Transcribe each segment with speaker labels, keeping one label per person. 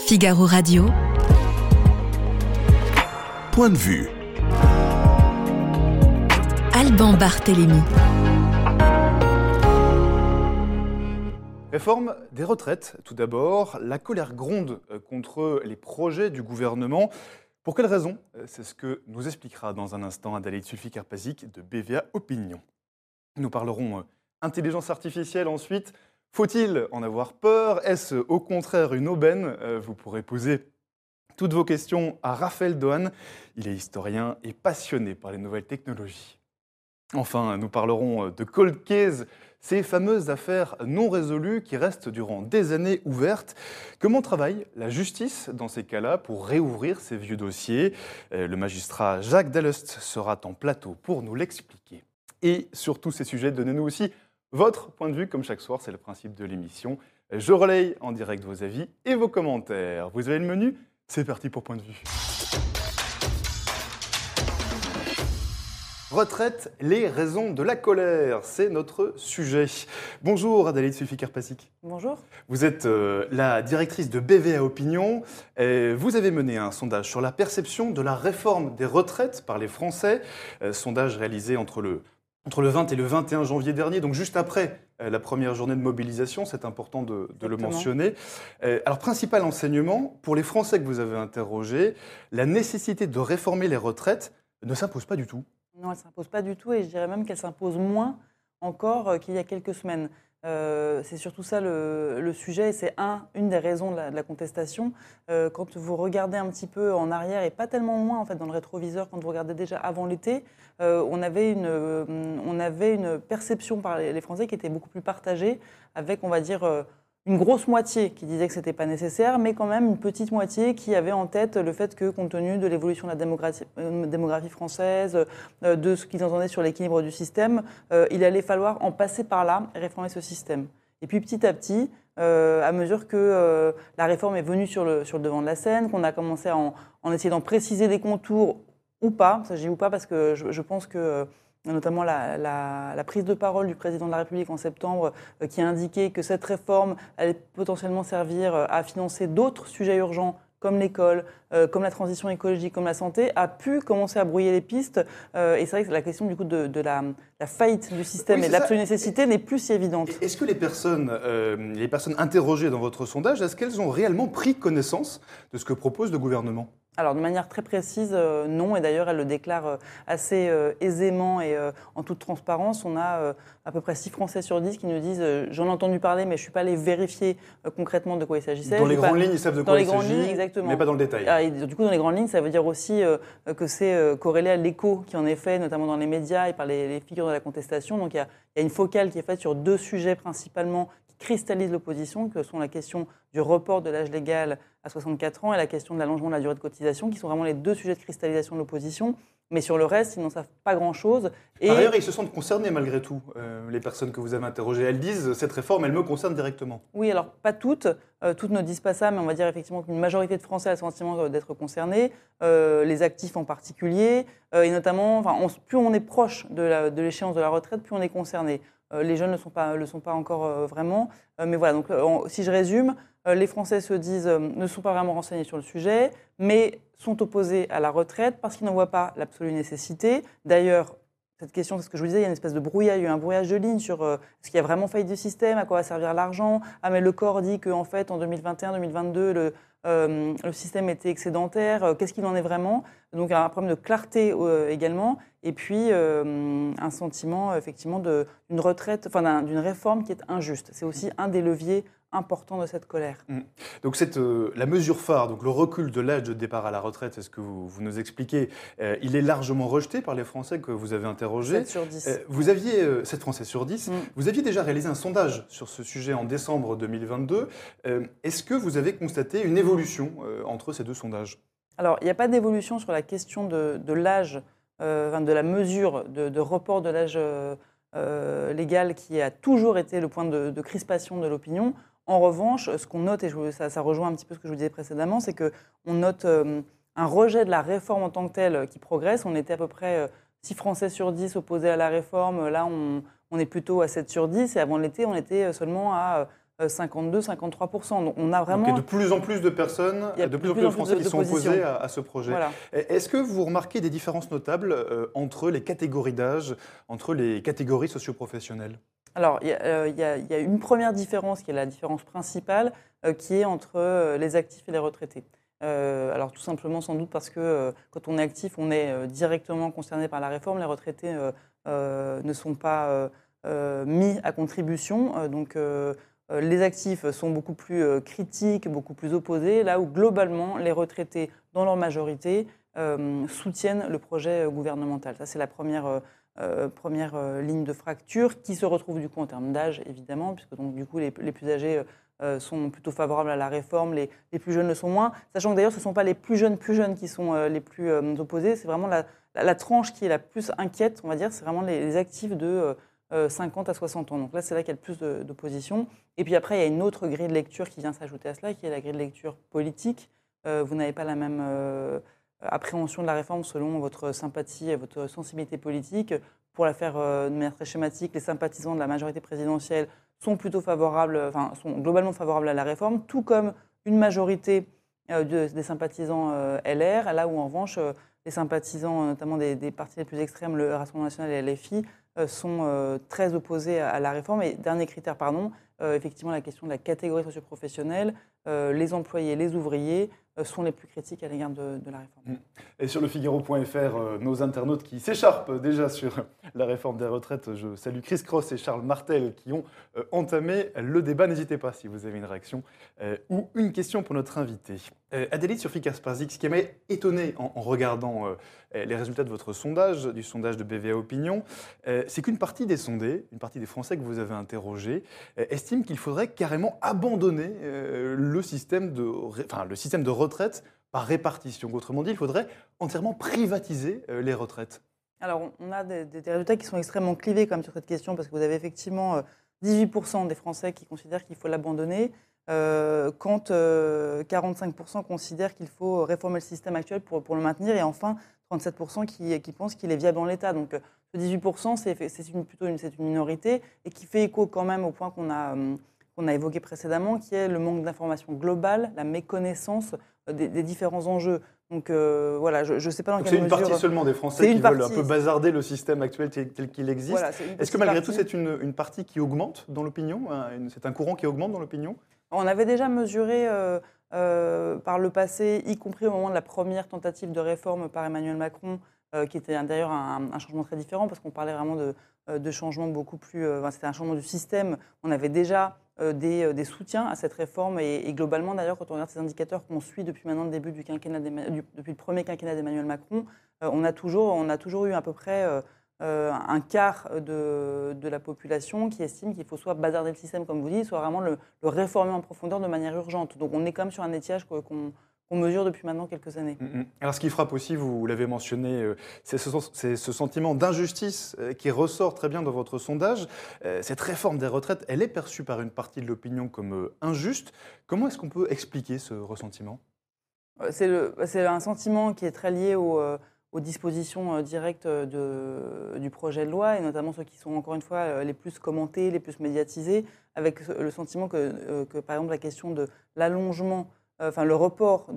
Speaker 1: Figaro Radio.
Speaker 2: Point de vue.
Speaker 1: Alban Barthélémy.
Speaker 3: Réforme des retraites, tout d'abord. La colère gronde contre les projets du gouvernement. Pour quelles raisons ? C'est ce que nous expliquera dans un instant Adalid Sulfi-Karpazik de BVA Opinion. Nous parlerons intelligence artificielle ensuite. Faut-il en avoir peur ? Est-ce au contraire une aubaine ? Vous pourrez poser toutes vos questions à Raphaël Dohan. Il est historien et passionné par les nouvelles technologies. Enfin, nous parlerons de cold case, ces fameuses affaires non résolues qui restent durant des années ouvertes. Comment travaille la justice dans ces cas-là pour réouvrir ces vieux dossiers ? Le magistrat Jacques Dallust sera en plateau pour nous l'expliquer. Et sur tous ces sujets, donnez-nous aussi votre point de vue, comme chaque soir, c'est le principe de l'émission. Je relaye en direct vos avis et vos commentaires. Vous avez le menu ? C'est parti pour point de vue. Retraite, les raisons de la colère, c'est notre sujet. Bonjour Adalid Sulfi-Karpazik.
Speaker 4: Bonjour.
Speaker 3: Vous êtes la directrice de BVA Opinion. Vous avez mené un sondage sur la perception de la réforme des retraites par les Français. Sondage réalisé entre le 20 et le 21 janvier dernier, donc juste après la première journée de mobilisation, c'est important de le mentionner. Alors, principal enseignement, pour les Français que vous avez interrogés, la nécessité de réformer les retraites ne s'impose pas du tout.
Speaker 4: Non, elle ne s'impose pas du tout et je dirais même qu'elle s'impose moins encore qu'il y a quelques semaines. C'est surtout ça le sujet et c'est une des raisons de la contestation. Quand vous regardez un petit peu en arrière et pas tellement loin en fait, dans le rétroviseur, quand vous regardez déjà avant l'été, on avait une perception par les Français qui était beaucoup plus partagée avec, on va dire, une grosse moitié qui disait que ce n'était pas nécessaire, mais quand même une petite moitié qui avait en tête le fait que, compte tenu de l'évolution de la démographie française, de ce qu'ils entendaient sur l'équilibre du système, il allait falloir en passer par là et réformer ce système. Et puis petit à petit, à mesure que la réforme est venue sur le devant de la scène, qu'on a commencé en essayer d'en préciser des contours ou pas, ça je dis ou pas parce que je pense que notamment la prise de parole du président de la République en septembre qui a indiqué que cette réforme allait potentiellement servir à financer d'autres sujets urgents comme l'école, comme la transition écologique, comme la santé, a pu commencer à brouiller les pistes. Et c'est vrai que la question du coup de la faillite du système et de l'absolue nécessité n'est plus si évidente.
Speaker 3: Est-ce que les personnes interrogées dans votre sondage, est-ce qu'elles ont réellement pris connaissance de ce que propose le gouvernement ?
Speaker 4: Alors, de manière très précise, non. Et d'ailleurs, elle le déclare assez aisément et en toute transparence. On a à peu près 6 Français sur 10 qui nous disent « j'en ai entendu parler, mais je ne suis pas allé vérifier concrètement de quoi il s'agissait ».
Speaker 3: Dans les grandes lignes, ils savent de quoi il s'agit, mais pas dans le détail.
Speaker 4: Et du coup, dans les grandes lignes, ça veut dire aussi que c'est corrélé à l'écho qui en est fait, notamment dans les médias et par les figures de la contestation. Donc, il y a une focale qui est faite sur 2 sujets principalement cristallise l'opposition, que sont la question du report de l'âge légal à 64 ans et la question de l'allongement de la durée de cotisation, qui sont vraiment les 2 sujets de cristallisation de l'opposition. Mais sur le reste, ils n'en savent pas grand-chose.
Speaker 3: Par ailleurs, ils se sentent concernés malgré tout, les personnes que vous avez interrogées. Elles disent « cette réforme, elle me concerne directement ».
Speaker 4: Oui, alors pas toutes. Toutes ne disent pas ça, mais on va dire effectivement qu'une majorité de Français a le sentiment d'être concernés, les actifs en particulier, et notamment, plus on est proche de l'échéance de la retraite, plus on est concerné. Les jeunes ne le sont pas encore vraiment. Mais voilà, donc si je résume, les Français se disent ne sont pas vraiment renseignés sur le sujet, mais sont opposés à la retraite parce qu'ils n'en voient pas l'absolue nécessité. D'ailleurs, cette question, c'est ce que je vous disais, il y a une espèce de brouillage, il y a eu un brouillage de ligne sur est-ce qu'il y a vraiment faillite du système, à quoi va servir l'argent. Ah, mais le corps dit qu'en fait, en 2021-2022, le système était excédentaire. Qu'est-ce qu'il en est vraiment ? Donc, il y a un problème de clarté également. Et puis, un sentiment, effectivement, d'une retraite, d'une réforme qui est injuste. C'est aussi un des leviers importants de cette colère.
Speaker 3: Donc, la mesure phare, donc le recul de l'âge de départ à la retraite, c'est ce que vous nous expliquez, il est largement rejeté par les Français que vous avez interrogés.
Speaker 4: 7 sur 10.
Speaker 3: Vous aviez, 7 Français sur 10, vous aviez déjà réalisé un sondage sur ce sujet en décembre 2022. Est-ce que vous avez constaté une évolution entre ces 2 sondages ? Alors,
Speaker 4: il n'y a pas d'évolution sur la question de l'âge, de la mesure de report de l'âge légal qui a toujours été le point de crispation de l'opinion. En revanche, ce qu'on note, et ça rejoint un petit peu ce que je vous disais précédemment, c'est qu'on note un rejet de la réforme en tant que telle qui progresse. On était à peu près 6 Français sur 10 opposés à la réforme. Là, on est plutôt à 7 sur 10. Et avant l'été, on était seulement à 52-53%. Donc on a vraiment...
Speaker 3: Donc, il y a de plus en plus de personnes,
Speaker 4: Il y a
Speaker 3: de plus en plus de Français qui sont opposés à ce projet.
Speaker 4: Voilà.
Speaker 3: Est-ce que vous remarquez des différences notables entre les catégories d'âge, entre les catégories socioprofessionnelles?
Speaker 4: Alors, il y a une première différence qui est la différence principale, qui est entre les actifs et les retraités. Alors tout simplement sans doute parce que quand on est actif, on est directement concerné par la réforme. Les retraités ne sont pas mis à contribution. Donc les actifs sont beaucoup plus critiques, beaucoup plus opposés, là où globalement les retraités, dans leur majorité, soutiennent le projet gouvernemental. Ça c'est la première ligne de fracture qui se retrouve du coup en termes d'âge évidemment, puisque donc du coup les plus âgés sont plutôt favorables à la réforme, les plus jeunes le sont moins, sachant que d'ailleurs ce ne sont pas les plus jeunes qui sont les plus opposés, c'est vraiment la tranche qui est la plus inquiète, on va dire, c'est vraiment les actifs de 50 à 60 ans. Donc là, c'est là qu'il y a le plus d'opposition. Et puis après, il y a une autre grille de lecture qui vient s'ajouter à cela, qui est la grille de lecture politique. Vous n'avez pas la même appréhension de la réforme selon votre sympathie et votre sensibilité politique. Pour la faire de manière très schématique, les sympathisants de la majorité présidentielle sont plutôt favorables, enfin sont globalement favorables à la réforme, tout comme une majorité des sympathisants LR, là où en revanche les sympathisants, notamment des partis les plus extrêmes, le Rassemblement national et LFI, sont très opposés à la réforme. Et dernier critère, effectivement la question de la catégorie socio-professionnelle, les employés, les ouvriers sont les plus critiques à l'égard de la réforme.
Speaker 3: Et sur le Figaro.fr, nos internautes qui s'écharpent déjà sur la réforme des retraites, je salue Chris Cross et Charles Martel qui ont entamé le débat. N'hésitez pas si vous avez une réaction ou une question pour notre invité. Adélie Surfikar-Sparzik, ce qui m'a étonné en regardant les résultats de votre sondage, du sondage de BVA Opinion, c'est qu'une partie des sondés, une partie des Français que vous avez interrogés, estiment qu'il faudrait carrément abandonner le système de retraite par répartition. Autrement dit, il faudrait entièrement privatiser les retraites.
Speaker 4: Alors, on a des résultats qui sont extrêmement clivés quand même sur cette question, parce que vous avez effectivement 18% des Français qui considèrent qu'il faut l'abandonner, quand 45% considèrent qu'il faut réformer le système actuel pour le maintenir, et enfin 37% qui pensent qu'il est viable en l'état. Donc ce 18%, c'est une minorité, et qui fait écho quand même au point qu'on a évoqué précédemment, qui est le manque d'information globale, la méconnaissance des différents enjeux. Donc voilà, je ne sais pas dans quelle mesure...
Speaker 3: C'est une partie seulement des Français qui veulent un peu bazarder le système actuel tel qu'il existe. Voilà, est-ce que malgré tout, c'est une partie qui augmente dans l'opinion? C'est un courant qui augmente dans l'opinion?
Speaker 4: On avait déjà mesuré par le passé, y compris au moment de la première tentative de réforme par Emmanuel Macron, qui était d'ailleurs un changement très différent, parce qu'on parlait vraiment de changements beaucoup plus... c'était un changement du système. On avait déjà des soutiens à cette réforme, et globalement, d'ailleurs, quand on regarde ces indicateurs qu'on suit depuis maintenant le début du quinquennat depuis le premier quinquennat d'Emmanuel Macron, on a toujours eu à peu près un quart de la population qui estime qu'il faut soit bazarder le système, comme vous dites, soit vraiment le réformer en profondeur de manière urgente. Donc on est quand même sur un étiage qu'on mesure depuis maintenant quelques années.
Speaker 3: Alors ce qui frappe aussi, vous l'avez mentionné, c'est ce sentiment d'injustice qui ressort très bien dans votre sondage. Cette réforme des retraites, elle est perçue par une partie de l'opinion comme injuste. Comment est-ce qu'on peut expliquer ce ressentiment?
Speaker 4: C'est un sentiment qui est très lié aux dispositions directes du projet de loi, et notamment ceux qui sont encore une fois les plus commentés, les plus médiatisés, avec le sentiment que par exemple la question de l'allongement, le report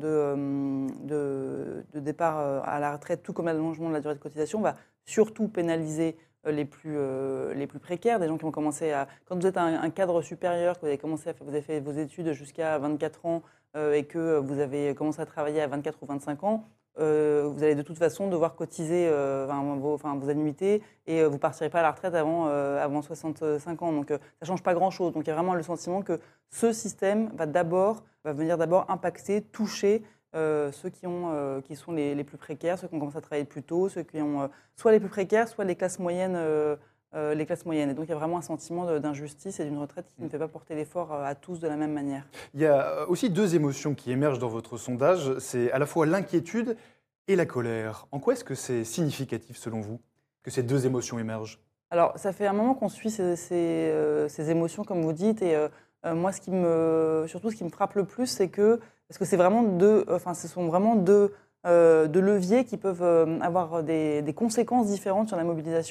Speaker 4: de départ à la retraite, tout comme l'allongement de la durée de cotisation, va surtout pénaliser les plus précaires, des gens qui vont commencer à... Quand vous êtes un cadre supérieur, que vous avez fait vos études jusqu'à 24 ans et que vous avez commencé à travailler à 24 ou 25 ans, vous allez de toute façon devoir cotiser vos annuités, et vous ne partirez pas à la retraite avant 65 ans. Donc ça ne change pas grand-chose. Donc il y a vraiment le sentiment que ce système va venir d'abord impacter, toucher ceux qui sont les plus précaires, ceux qui ont commencé à travailler plus tôt, ceux qui ont soit les plus précaires, soit les classes moyennes. Et donc il y a vraiment un sentiment d'injustice et d'une retraite qui ne fait pas porter l'effort à tous de la même manière.
Speaker 3: Il y a aussi deux émotions qui émergent dans votre sondage, c'est à la fois l'inquiétude et la colère. En quoi est-ce que c'est significatif selon vous que ces deux émotions émergent?
Speaker 4: Alors ça fait un moment qu'on suit ces émotions, comme vous dites, et moi ce qui me frappe le plus, c'est parce que c'est vraiment ce sont vraiment deux leviers qui peuvent avoir des conséquences différentes sur la mobilisation.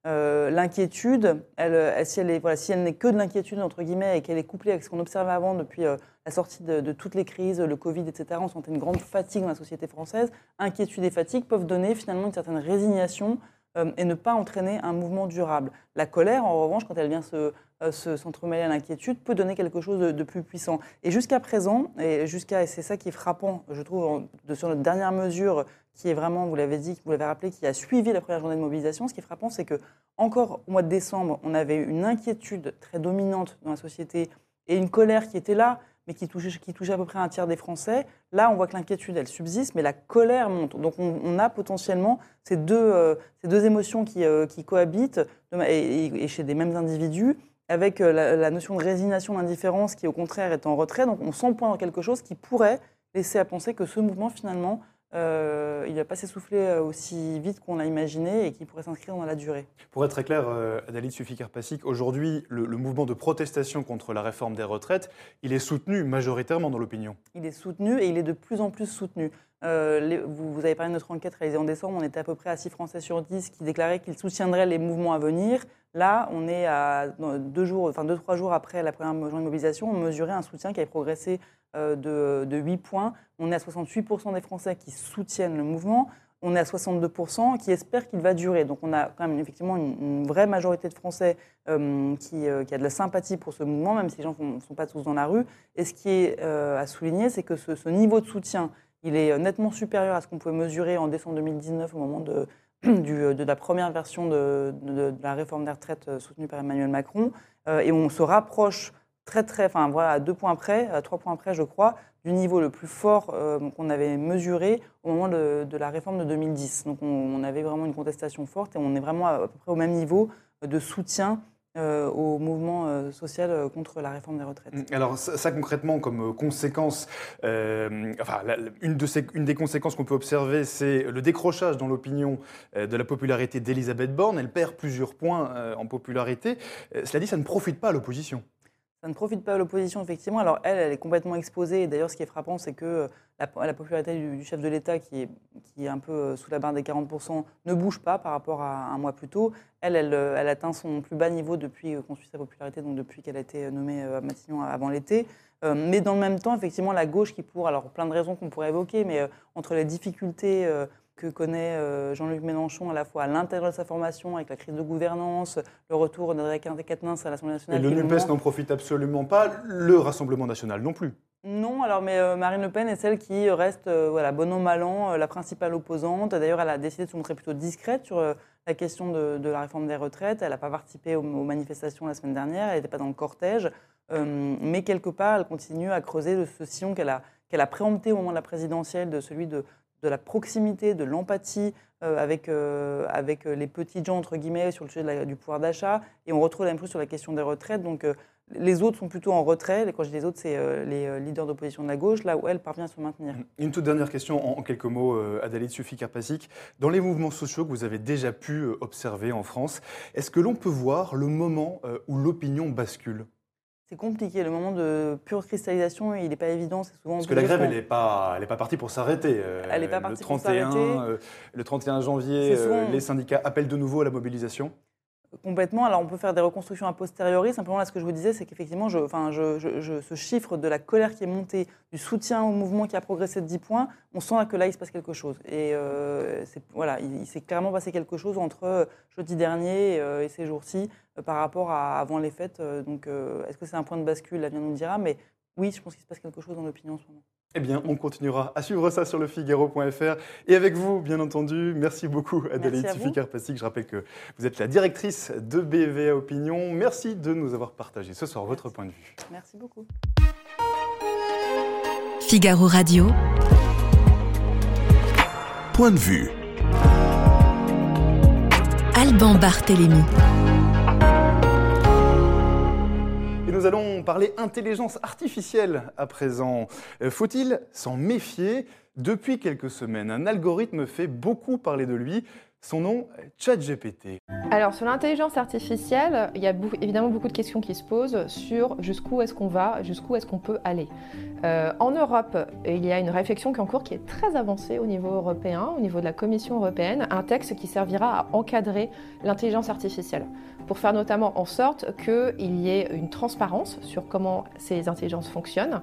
Speaker 4: L'inquiétude, si elle n'est que de l'inquiétude, entre guillemets, et qu'elle est couplée avec ce qu'on observait avant depuis la sortie de toutes les crises, le Covid, etc., on sentait une grande fatigue dans la société française. Inquiétude et fatigue peuvent donner finalement une certaine résignation et ne pas entraîner un mouvement durable. La colère, en revanche, quand elle vient s'entremêler à l'inquiétude, peut donner quelque chose de plus puissant. Et jusqu'à présent, et c'est ça qui est frappant, je trouve, sur notre dernière mesure, qui est vraiment, vous l'avez dit, vous l'avez rappelé, qui a suivi la première journée de mobilisation, ce qui est frappant, c'est que encore au mois de décembre, on avait une inquiétude très dominante dans la société et une colère qui était là, mais qui touchait à peu près un tiers des Français. Là, on voit que l'inquiétude, elle subsiste, mais la colère monte. Donc, on a potentiellement ces deux émotions qui cohabitent et chez des mêmes individus, avec la notion de résignation, d'indifférence qui, au contraire, est en retrait. Donc, on sent poindre quelque chose qui pourrait laisser à penser que ce mouvement, finalement, il ne va pas s'essouffler aussi vite qu'on l'a imaginé et qui pourrait s'inscrire dans la durée.
Speaker 3: Pour être très clair, Adalie Tchufik-Karpacik, aujourd'hui, le mouvement de protestation contre la réforme des retraites, il est soutenu majoritairement dans l'opinion.
Speaker 4: Il est soutenu et il est de plus en plus soutenu. Vous avez parlé de notre enquête réalisée en décembre, on était à peu près à 6 Français sur 10 qui déclaraient qu'ils soutiendraient les mouvements à venir. Là, on est à 2-3 jours après la première journée de mobilisation, on mesurait un soutien qui avait progressé de 8 points. On est à 68% des Français qui soutiennent le mouvement. On est à 62% qui espèrent qu'il va durer. Donc on a quand même effectivement une vraie majorité de Français qui a de la sympathie pour ce mouvement, même si les gens ne sont pas tous dans la rue. Et ce qui est à souligner, c'est que ce niveau de soutien, il est nettement supérieur à ce qu'on pouvait mesurer en décembre 2019 au moment de la première version de la réforme des retraites soutenue par Emmanuel Macron. Et on se rapproche à 2 points près, à 3 points près, je crois, du niveau le plus fort qu'on avait mesuré au moment de la réforme de 2010. Donc on avait vraiment une contestation forte et on est vraiment à peu près au même niveau de soutien au mouvement social contre la réforme des retraites.
Speaker 3: Alors ça concrètement, comme conséquence, une des conséquences qu'on peut observer, c'est le décrochage dans l'opinion de la popularité d'Elisabeth Borne. Elle perd plusieurs points en popularité. Cela dit, ça ne profite pas à l'opposition.
Speaker 4: Ça ne profite pas à l'opposition, effectivement. Alors, elle est complètement exposée. Et d'ailleurs, ce qui est frappant, c'est que la popularité du chef de l'État, qui est un peu sous la barre des 40%, ne bouge pas par rapport à un mois plus tôt. Elle atteint son plus bas niveau depuis qu'on suit sa popularité, donc depuis qu'elle a été nommée à Matignon avant l'été. Mais dans le même temps, effectivement, la gauche alors plein de raisons qu'on pourrait évoquer, mais entre les difficultés que connaît Jean-Luc Mélenchon à la fois à l'intérieur de sa formation, avec la crise de gouvernance, le retour d'André Quatennens à l'Assemblée nationale.
Speaker 3: Et le NUPES n'en profite absolument pas, le Rassemblement national non plus.
Speaker 4: Non, mais Marine Le Pen est celle qui reste, bon an, mal an, la principale opposante. D'ailleurs, elle a décidé de se montrer plutôt discrète sur la question de la réforme des retraites. Elle n'a pas participé aux manifestations la semaine dernière, elle n'était pas dans le cortège. Mais quelque part, elle continue à creuser ce sillon qu'elle a préempté au moment de la présidentielle, de celui de la proximité, de l'empathie avec les petits gens, entre guillemets, sur le sujet du pouvoir d'achat. Et on retrouve la même chose sur la question des retraites. Donc les autres sont plutôt en retrait. Quand je dis les autres, c'est les leaders d'opposition de la gauche, là où elle parvient à se maintenir.
Speaker 3: Une toute dernière question en quelques mots, Adalie Tchufik-Karpacik. Dans les mouvements sociaux que vous avez déjà pu observer en France, est-ce que l'on peut voir le moment où l'opinion bascule ?
Speaker 4: C'est compliqué. Le moment de pure cristallisation, il n'est pas évident. C'est souvent.
Speaker 3: Parce que la grève, elle n'est pas partie pour s'arrêter.
Speaker 4: Elle n'est pas partie pour s'arrêter.
Speaker 3: Le 31 janvier, les syndicats appellent de nouveau à la mobilisation.
Speaker 4: Complètement. Alors, on peut faire des reconstructions a posteriori. Simplement, là, ce que je vous disais, c'est qu'effectivement, ce chiffre de la colère qui est montée, du soutien au mouvement qui a progressé de 10 points, on sent que là, il se passe quelque chose. Et il s'est clairement passé quelque chose entre jeudi dernier et ces jours-ci par rapport à avant les fêtes. Donc, est-ce que c'est un point de bascule ? L'avenir nous le dira. Mais oui, je pense qu'il se passe quelque chose dans l'opinion en ce moment.
Speaker 3: Eh bien, on continuera à suivre ça sur lefigaro.fr et avec vous, bien entendu. Merci beaucoup, Adalie Tchufik-Karpacik. Je rappelle que vous êtes la directrice de BVA Opinion. Merci de nous avoir partagé ce soir votre point de vue.
Speaker 4: Merci beaucoup.
Speaker 1: Figaro Radio.
Speaker 2: Point de vue.
Speaker 1: Alban Barthélémy.
Speaker 3: Et nous allons parler intelligence artificielle à présent. Faut-il s'en méfier ? Depuis quelques semaines, un algorithme fait beaucoup parler de lui. Son nom, ChatGPT.
Speaker 2: Alors sur l'intelligence artificielle, il y a évidemment beaucoup de questions qui se posent sur jusqu'où est-ce qu'on va, jusqu'où est-ce qu'on peut aller. En Europe, il y a une réflexion qui est en cours qui est très avancée au niveau européen, au niveau de la Commission européenne, un texte qui servira à encadrer l'intelligence artificielle, pour faire notamment en sorte qu'il y ait une transparence sur comment ces intelligences fonctionnent,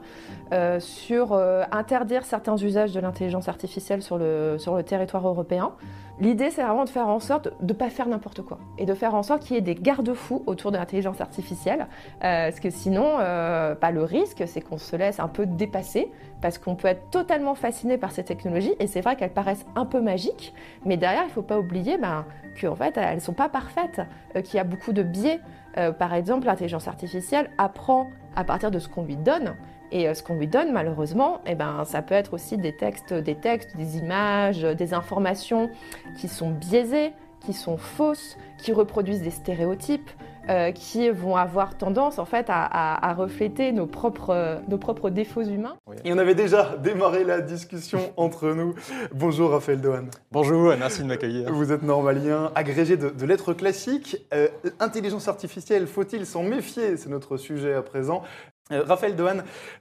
Speaker 2: sur interdire certains usages de l'intelligence artificielle sur le territoire européen. L'idée, c'est vraiment de faire en sorte de ne pas faire n'importe quoi et de faire en sorte qu'il y ait des garde-fous autour de l'intelligence artificielle, parce que sinon, le risque, c'est qu'on se laisse un peu dépasser, parce qu'on peut être totalement fasciné par ces technologies, et c'est vrai qu'elles paraissent un peu magiques, mais derrière, il ne faut pas oublier qu'en fait, elles ne sont pas parfaites, qu'il y a beaucoup de biais. Par exemple, l'intelligence artificielle apprend à partir de ce qu'on lui donne. Et ce qu'on lui donne, malheureusement, ça peut être aussi des textes, des images, des informations qui sont biaisées, qui sont fausses, qui reproduisent des stéréotypes, qui vont avoir tendance en fait à refléter nos propres défauts humains.
Speaker 3: Et on avait déjà démarré la discussion entre nous. Bonjour Raphaël Dohan.
Speaker 5: Bonjour, merci de m'accueillir.
Speaker 3: Vous êtes normalien, agrégé de lettres classiques. Intelligence artificielle, faut-il s'en méfier? C'est notre sujet à présent. Raphaël Dohan,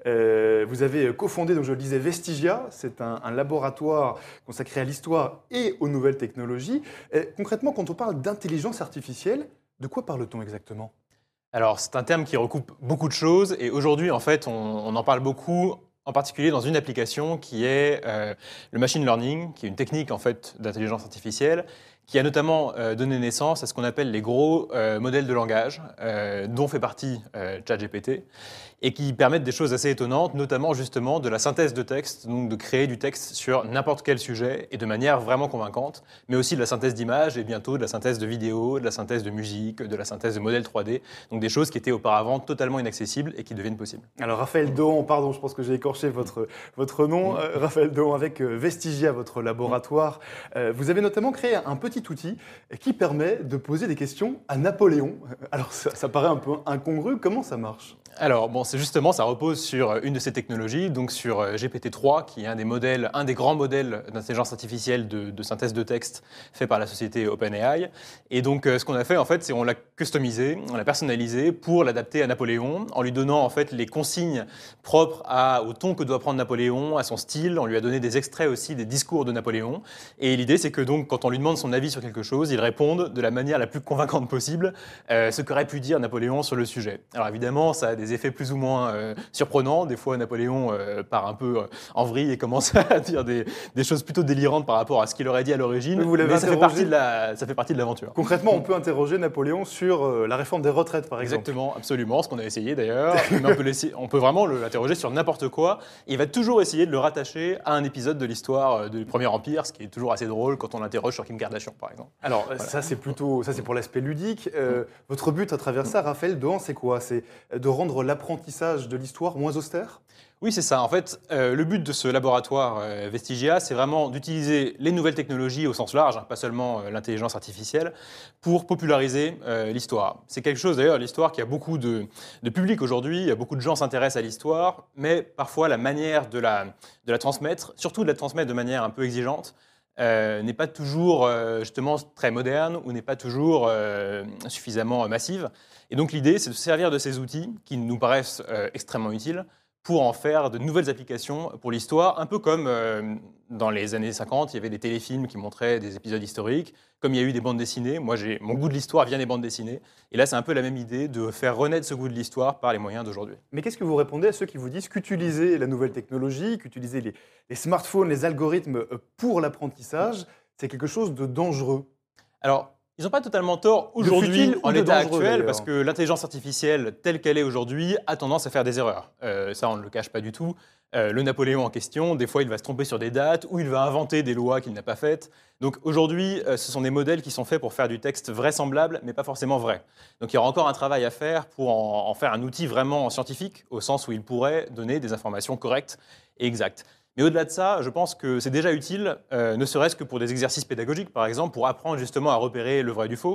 Speaker 3: vous avez cofondé, donc je le disais, Vestigia. C'est un laboratoire consacré à l'histoire et aux nouvelles technologies. Concrètement, quand on parle d'intelligence artificielle, de quoi parle-t-on exactement?
Speaker 5: Alors, c'est un terme qui recoupe beaucoup de choses et aujourd'hui, en fait, on en parle beaucoup, en particulier dans une application qui est le machine learning, qui est une technique en fait d'intelligence artificielle, qui a notamment donné naissance à ce qu'on appelle les gros modèles de langage, dont fait partie ChatGPT, et qui permettent des choses assez étonnantes, notamment justement de la synthèse de texte, donc de créer du texte sur n'importe quel sujet et de manière vraiment convaincante, mais aussi de la synthèse d'images et bientôt de la synthèse de vidéos, de la synthèse de musique, de la synthèse de modèles 3D, donc des choses qui étaient auparavant totalement inaccessibles et qui deviennent possibles.
Speaker 3: Alors Raphaël Dohan, pardon, je pense que j'ai écorché votre nom, Raphaël Dohan, avec Vestigia, votre laboratoire, vous avez notamment créé un petit outil qui permet de poser des questions à Napoléon. Alors ça paraît un peu incongru, comment ça marche?
Speaker 5: Alors, ça repose sur une de ces technologies, donc sur GPT-3, qui est un des grands modèles d'intelligence artificielle de synthèse de texte fait par la société OpenAI. Et donc, ce qu'on a fait, en fait, c'est on l'a customisé, on l'a personnalisé pour l'adapter à Napoléon, en lui donnant, en fait, les consignes propres au ton que doit prendre Napoléon, à son style. On lui a donné des extraits aussi des discours de Napoléon. Et l'idée, c'est que donc, quand on lui demande son avis sur quelque chose, il réponde de la manière la plus convaincante possible ce qu'aurait pu dire Napoléon sur le sujet. Alors, évidemment, ça a des effets plus ou moins surprenants. Des fois, Napoléon part un peu en vrille et commence à dire des choses plutôt délirantes par rapport à ce qu'il aurait dit à l'origine. Mais ça fait partie de l'aventure.
Speaker 3: Concrètement, on peut interroger Napoléon sur la réforme des retraites, par exemple.
Speaker 5: Exactement, absolument, ce qu'on a essayé d'ailleurs. Mais on peut vraiment l'interroger sur n'importe quoi. Et il va toujours essayer de le rattacher à un épisode de l'histoire du Premier Empire, ce qui est toujours assez drôle quand on l'interroge sur Kim Kardashian, par exemple.
Speaker 3: Alors, voilà. Ça, c'est pour l'aspect ludique. Votre but à travers ça, Raphaël Dohan, c'est quoi? C'est de rendre l'apprentissage de l'histoire moins austère?
Speaker 5: Oui, c'est ça. En fait, le but de ce laboratoire Vestigia, c'est vraiment d'utiliser les nouvelles technologies au sens large, pas seulement l'intelligence artificielle, pour populariser l'histoire. C'est quelque chose, d'ailleurs, l'histoire qui a beaucoup de public aujourd'hui. Beaucoup de gens s'intéressent à l'histoire, mais parfois la manière de la transmettre, surtout de la transmettre de manière un peu exigeante, n'est pas toujours justement très moderne ou n'est pas toujours suffisamment massive. Et donc l'idée, c'est de se servir de ces outils qui nous paraissent extrêmement utiles pour en faire de nouvelles applications pour l'histoire, un peu comme dans les années 50, il y avait des téléfilms qui montraient des épisodes historiques, comme il y a eu des bandes dessinées. Moi, mon goût de l'histoire vient des bandes dessinées. Et là, c'est un peu la même idée de faire renaître ce goût de l'histoire par les moyens d'aujourd'hui.
Speaker 3: Mais qu'est-ce que vous répondez à ceux qui vous disent qu'utiliser la nouvelle technologie, qu'utiliser les smartphones, les algorithmes pour l'apprentissage, c'est quelque chose de dangereux?
Speaker 5: Alors, ils n'ont pas totalement tort aujourd'hui en l'état actuel, parce que l'intelligence artificielle telle qu'elle est aujourd'hui a tendance à faire des erreurs. Ça, on ne le cache pas du tout. Le Napoléon en question, des fois, il va se tromper sur des dates ou il va inventer des lois qu'il n'a pas faites. Donc aujourd'hui, ce sont des modèles qui sont faits pour faire du texte vraisemblable, mais pas forcément vrai. Donc il y aura encore un travail à faire pour en faire un outil vraiment scientifique, au sens où il pourrait donner des informations correctes et exactes. Mais au-delà de ça, je pense que c'est déjà utile, ne serait-ce que pour des exercices pédagogiques, par exemple, pour apprendre justement à repérer le vrai du faux.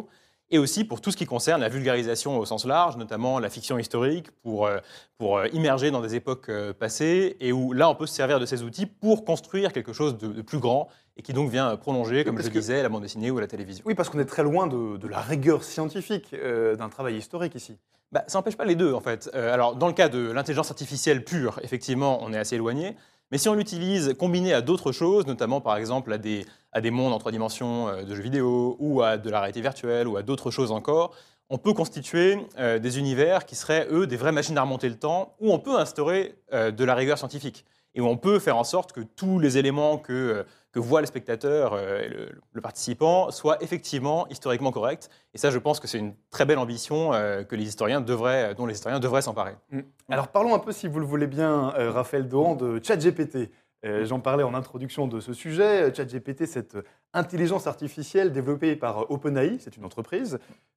Speaker 5: et aussi pour tout ce qui concerne la vulgarisation au sens large, notamment la fiction historique, pour immerger dans des époques passées, et où là, on peut se servir de ces outils pour construire quelque chose de plus grand, et qui donc vient prolonger, comme je le disais, la bande dessinée ou la télévision.
Speaker 3: Oui, parce qu'on est très loin de la rigueur scientifique d'un travail historique ici.
Speaker 5: Ça n'empêche pas les deux, en fait. Alors, dans le cas de l'intelligence artificielle pure, effectivement, on est assez éloigné. Mais si on l'utilise combiné à d'autres choses, notamment par exemple à des mondes en 3 dimensions de jeux vidéo, ou à de la réalité virtuelle, ou à d'autres choses encore, on peut constituer des univers qui seraient, eux, des vraies machines à remonter le temps, où on peut instaurer de la rigueur scientifique, et où on peut faire en sorte que tous les éléments que voit le spectateur, le participant, soient effectivement historiquement corrects. Et ça, je pense que c'est une très belle ambition dont les historiens devraient s'emparer.
Speaker 3: Alors parlons un peu, si vous le voulez bien, Raphaël Dohan, de ChatGPT. J'en parlais en introduction de ce sujet. ChatGPT, cette intelligence artificielle développée par OpenAI, c'est une entreprise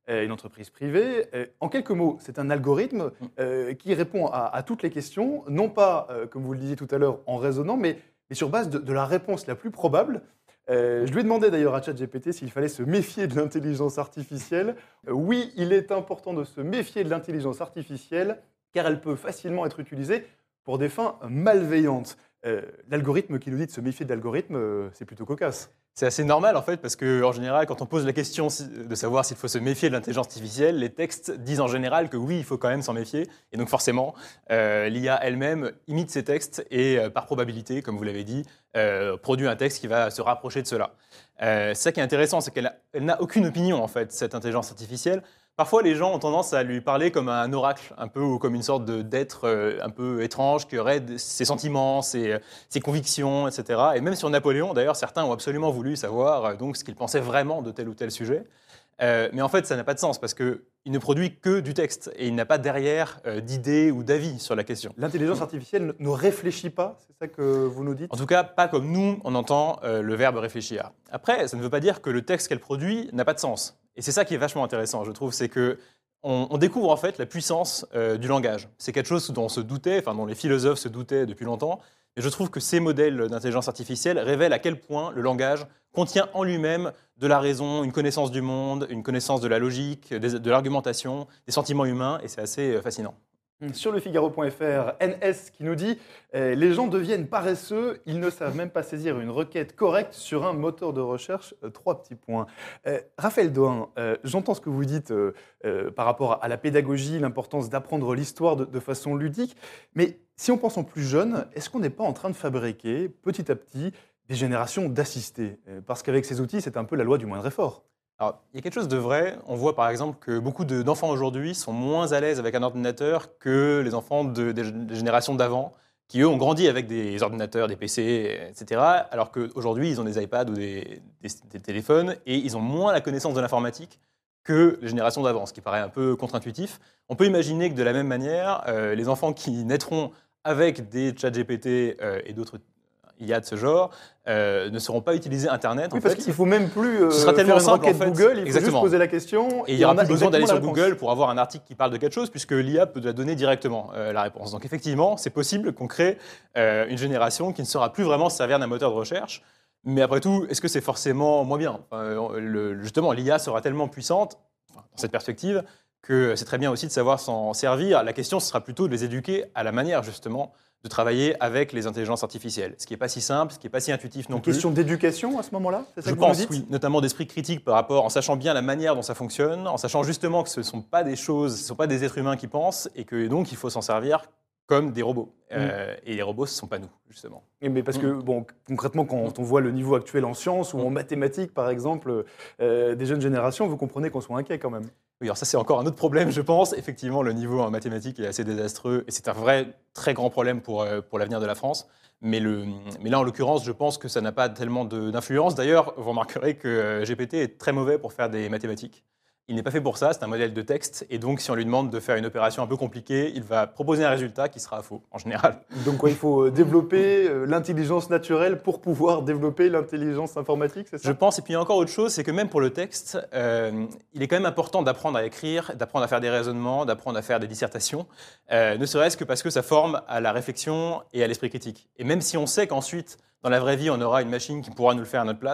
Speaker 3: privée. En quelques mots, c'est un algorithme qui répond à toutes les questions, non pas, comme vous le disiez tout à l'heure, en raisonnant, mais sur base de la réponse la plus probable. Je lui ai demandé d'ailleurs à ChatGPT s'il fallait se méfier de l'intelligence artificielle. Oui, il est important de se méfier de l'intelligence artificielle, car elle peut facilement être utilisée pour des fins malveillantes. L'algorithme qui nous dit de se méfier de l'algorithme, c'est plutôt cocasse.
Speaker 5: C'est assez normal en fait, parce qu'en général, quand on pose la question de savoir s'il faut se méfier de l'intelligence artificielle, les textes disent en général que oui, il faut quand même s'en méfier. Et donc forcément, l'IA elle-même imite ces textes et par probabilité, comme vous l'avez dit, produit un texte qui va se rapprocher de cela. Ça qui est intéressant, c'est qu'elle n'a aucune opinion en fait, cette intelligence artificielle. Parfois, les gens ont tendance à lui parler comme un oracle, un peu, ou comme une sorte d'être un peu étrange, qui aurait ses sentiments, ses convictions, etc. Et même sur Napoléon, d'ailleurs, certains ont absolument voulu savoir donc, ce qu'il pensait vraiment de tel ou tel sujet. Mais en fait, ça n'a pas de sens, parce qu'il ne produit que du texte, et il n'a pas derrière d'idées ou d'avis sur la question.
Speaker 3: L'intelligence artificielle ne réfléchit pas, c'est ça que vous nous dites ?
Speaker 5: En tout cas, pas comme nous, on entend le verbe réfléchir. Après, ça ne veut pas dire que le texte qu'elle produit n'a pas de sens. Et c'est ça qui est vachement intéressant, je trouve, c'est qu'on découvre en fait la puissance du langage. C'est quelque chose dont on se doutait, enfin dont les philosophes se doutaient depuis longtemps. Et je trouve que ces modèles d'intelligence artificielle révèlent à quel point le langage contient en lui-même de la raison, une connaissance du monde, une connaissance de la logique, de l'argumentation, des sentiments humains, et c'est assez fascinant.
Speaker 3: Sur le Figaro.fr, NS qui nous dit « Les gens deviennent paresseux, ils ne savent même pas saisir une requête correcte sur un moteur de recherche. » 3 petits points. Raphaël Dohan, j'entends ce que vous dites par rapport à la pédagogie, l'importance d'apprendre l'histoire de façon ludique, mais si on pense en plus jeune, est-ce qu'on n'est pas en train de fabriquer petit à petit des générations d'assistés ? Parce qu'avec ces outils, c'est un peu la loi du moindre effort.
Speaker 5: Alors, il y a quelque chose de vrai. On voit par exemple que beaucoup d'enfants aujourd'hui sont moins à l'aise avec un ordinateur que les enfants des générations d'avant, qui eux ont grandi avec des ordinateurs, des PC, etc. Alors qu'aujourd'hui, ils ont des iPads ou des téléphones et ils ont moins la connaissance de l'informatique que les générations d'avant, ce qui paraît un peu contre-intuitif. On peut imaginer que de la même manière, les enfants qui naîtront avec des ChatGPT et d'autres IA de ce genre ne seront pas utilisés Internet.
Speaker 3: Oui, parce qu'il ne faut même plus
Speaker 5: ce sera tellement
Speaker 3: faire une
Speaker 5: simple,
Speaker 3: requête
Speaker 5: en fait.
Speaker 3: Google, il faut
Speaker 5: Exactement.
Speaker 3: juste poser la question.
Speaker 5: Et il n'y aura plus besoin d'aller sur
Speaker 3: réponse.
Speaker 5: Google pour avoir un article qui parle de quelque chose, puisque l'IA peut la donner directement, la réponse. Donc effectivement, c'est possible qu'on crée une génération qui ne saura plus vraiment se servir d'un moteur de recherche. Mais après tout, est-ce que c'est forcément moins bien ? Justement, l'IA sera tellement puissante, dans cette perspective, que c'est très bien aussi de savoir s'en servir. La question, ce sera plutôt de les éduquer à la manière, justement, de travailler avec les intelligences artificielles. Ce qui n'est pas si simple, ce qui n'est pas si intuitif non plus.
Speaker 3: Une question d'éducation à ce moment-là, c'est ça
Speaker 5: Je
Speaker 3: que vous nous
Speaker 5: pense,
Speaker 3: dites ?
Speaker 5: oui, notamment d'esprit critique par rapport, en sachant bien la manière dont ça fonctionne, en sachant justement que ce ne sont pas des choses, ce ne sont pas des êtres humains qui pensent, et que donc il faut s'en servir comme des robots. Et les robots, ce ne sont pas nous, justement.
Speaker 3: Mais parce que, bon, concrètement, quand on voit le niveau actuel en sciences ou en mathématiques, par exemple, des jeunes générations, vous comprenez qu'on soit inquiet quand même.
Speaker 5: Oui, alors ça, c'est encore un autre problème, je pense. Effectivement, le niveau en mathématiques est assez désastreux, et c'est un vrai, très grand problème pour l'avenir de la France. Mais là, en l'occurrence, je pense que ça n'a pas tellement d'influence. D'ailleurs, vous remarquerez que GPT est très mauvais pour faire des mathématiques. Il n'est pas fait pour ça, c'est un modèle de texte, et donc si on lui demande de faire une opération un peu compliquée, il va proposer un résultat qui sera faux, en général.
Speaker 3: Donc quoi, il faut développer l'intelligence naturelle pour pouvoir développer l'intelligence informatique, c'est ça ?
Speaker 5: Je pense, et puis il y a encore autre chose, c'est que même pour le texte, il est quand même important d'apprendre à écrire, d'apprendre à faire des raisonnements, d'apprendre à faire des dissertations, ne serait-ce que parce que ça forme à la réflexion et à l'esprit critique. Et même si on sait qu'ensuite, dans la vraie vie, on aura une machine qui pourra nous le faire à notre place,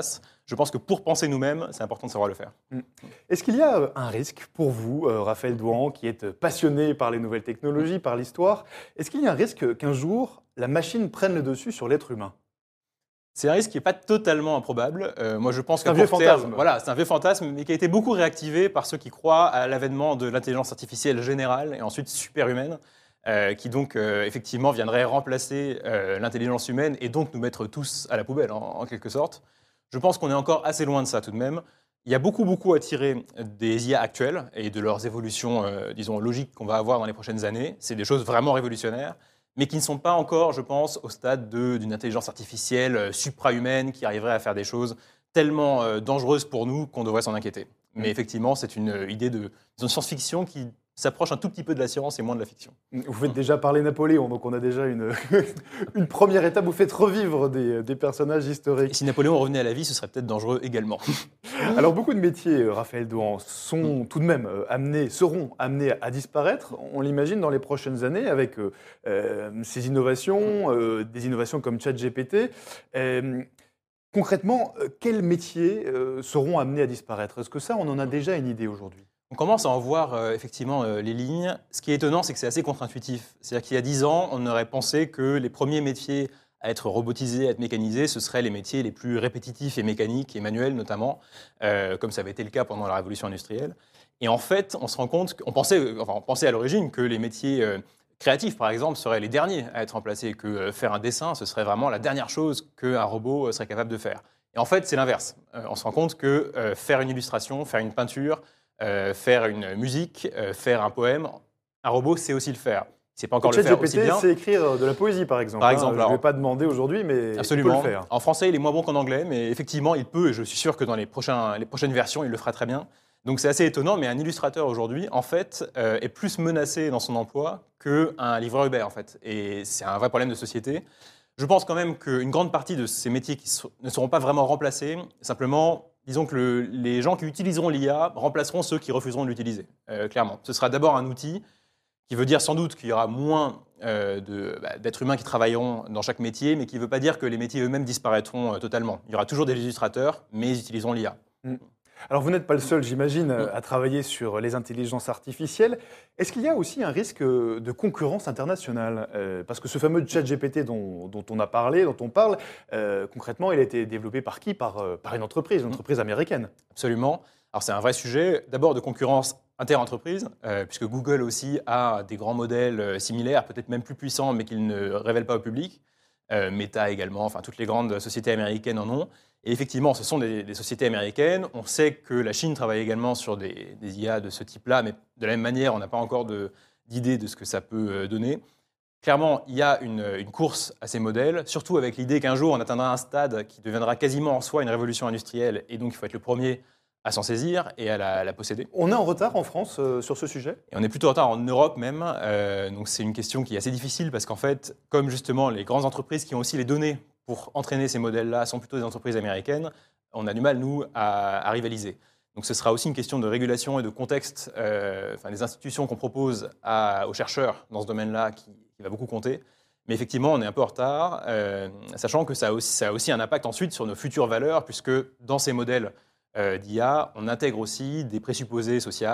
Speaker 5: je pense que pour penser nous-mêmes, c'est important de savoir le faire.
Speaker 3: Est-ce qu'il y a un risque pour vous, Raphaël Douan, qui est passionné par les nouvelles technologies, par l'histoire, est-ce qu'il y a un risque qu'un jour, la machine prenne le dessus sur l'être humain ?
Speaker 5: C'est un risque qui n'est pas totalement improbable. Moi, je pense
Speaker 3: C'est un vieux fantasme.
Speaker 5: Voilà, c'est un vieux fantasme, mais qui a été beaucoup réactivé par ceux qui croient à l'avènement de l'intelligence artificielle générale et ensuite superhumaine, qui donc effectivement viendrait remplacer l'intelligence humaine et donc nous mettre tous à la poubelle, en quelque sorte. Je pense qu'on est encore assez loin de ça tout de même. Il y a beaucoup à tirer des IA actuelles et de leurs évolutions, disons, logiques qu'on va avoir dans les prochaines années. C'est des choses vraiment révolutionnaires, mais qui ne sont pas encore, je pense, au stade d'une intelligence artificielle supra-humaine qui arriverait à faire des choses tellement dangereuses pour nous qu'on devrait s'en inquiéter. Mais effectivement, c'est une idée de science-fiction qui s'approche un tout petit peu de la science et moins de la fiction.
Speaker 3: Vous faites déjà parler Napoléon, donc on a déjà une première étape. Vous faites revivre des personnages historiques.
Speaker 5: Et si Napoléon revenait à la vie, ce serait peut-être dangereux également.
Speaker 3: Alors beaucoup de métiers, Raphaël Douan, sont tout de même seront amenés à disparaître, on l'imagine, dans les prochaines années, avec ces innovations, des innovations comme ChatGPT. Concrètement, quels métiers seront amenés à disparaître ? Est-ce que ça, on en a déjà une idée aujourd'hui ?
Speaker 5: On commence à en voir effectivement les lignes. Ce qui est étonnant, c'est que c'est assez contre-intuitif. C'est-à-dire qu'il y a 10 ans, on aurait pensé que les premiers métiers à être robotisés, à être mécanisés, ce seraient les métiers les plus répétitifs et mécaniques, et manuels notamment, comme ça avait été le cas pendant la révolution industrielle. Et en fait, on se rend compte, on pensait à l'origine que les métiers créatifs, par exemple, seraient les derniers à être remplacés, que faire un dessin, ce serait vraiment la dernière chose qu'un robot serait capable de faire. Et en fait, c'est l'inverse. On se rend compte que faire une illustration, faire une peinture, faire une musique, faire un poème, un robot sait aussi le faire. Il ne sait pas encore le faire aussi bien.
Speaker 3: C'est écrire de la poésie, par exemple.
Speaker 5: Par exemple,
Speaker 3: je ne vais pas demander aujourd'hui, mais
Speaker 5: absolument.
Speaker 3: il peut le faire.
Speaker 5: En français, il est moins bon qu'en anglais, mais effectivement, il peut, et je suis sûr que dans les prochaines versions, il le fera très bien. Donc c'est assez étonnant, mais un illustrateur aujourd'hui, en fait, est plus menacé dans son emploi qu'un livreur Uber, en fait. Et c'est un vrai problème de société. Je pense quand même qu'une grande partie de ces métiers ne seront pas vraiment remplacés. Simplement, disons que les gens qui utiliseront l'IA remplaceront ceux qui refuseront de l'utiliser, clairement. Ce sera d'abord un outil qui veut dire sans doute qu'il y aura moins d'êtres humains qui travailleront dans chaque métier, mais qui ne veut pas dire que les métiers eux-mêmes disparaîtront totalement. Il y aura toujours des illustrateurs, mais ils utiliseront l'IA.
Speaker 3: Alors vous n'êtes pas le seul, j'imagine, à travailler sur les intelligences artificielles. Est-ce qu'il y a aussi un risque de concurrence internationale ? Parce que ce fameux ChatGPT dont on a parlé, dont on parle, concrètement, il a été développé par qui ? Par une entreprise américaine.
Speaker 5: Absolument. Alors c'est un vrai sujet, d'abord de concurrence inter-entreprise, puisque Google aussi a des grands modèles similaires, peut-être même plus puissants, mais qu'ils ne révèlent pas au public. Meta également, enfin toutes les grandes sociétés américaines en ont. Et effectivement, ce sont des sociétés américaines. On sait que la Chine travaille également sur des IA de ce type-là, mais de la même manière, on n'a pas encore d'idée de ce que ça peut donner. Clairement, il y a une course à ces modèles, surtout avec l'idée qu'un jour, on atteindra un stade qui deviendra quasiment en soi une révolution industrielle, et donc il faut être le premier à s'en saisir et à la posséder.
Speaker 3: On est en retard en France sur ce sujet ?
Speaker 5: Et on est plutôt en retard en Europe même, donc c'est une question qui est assez difficile parce qu'en fait, comme justement les grandes entreprises qui ont aussi les données pour entraîner ces modèles-là sont plutôt des entreprises américaines, on a du mal, nous, à rivaliser. Donc ce sera aussi une question de régulation et de contexte, des institutions qu'on propose aux chercheurs dans ce domaine-là qui va beaucoup compter. Mais effectivement, on est un peu en retard, sachant que ça a aussi un impact ensuite sur nos futures valeurs, puisque dans ces modèles d'IA, on intègre aussi des présupposés sociaux,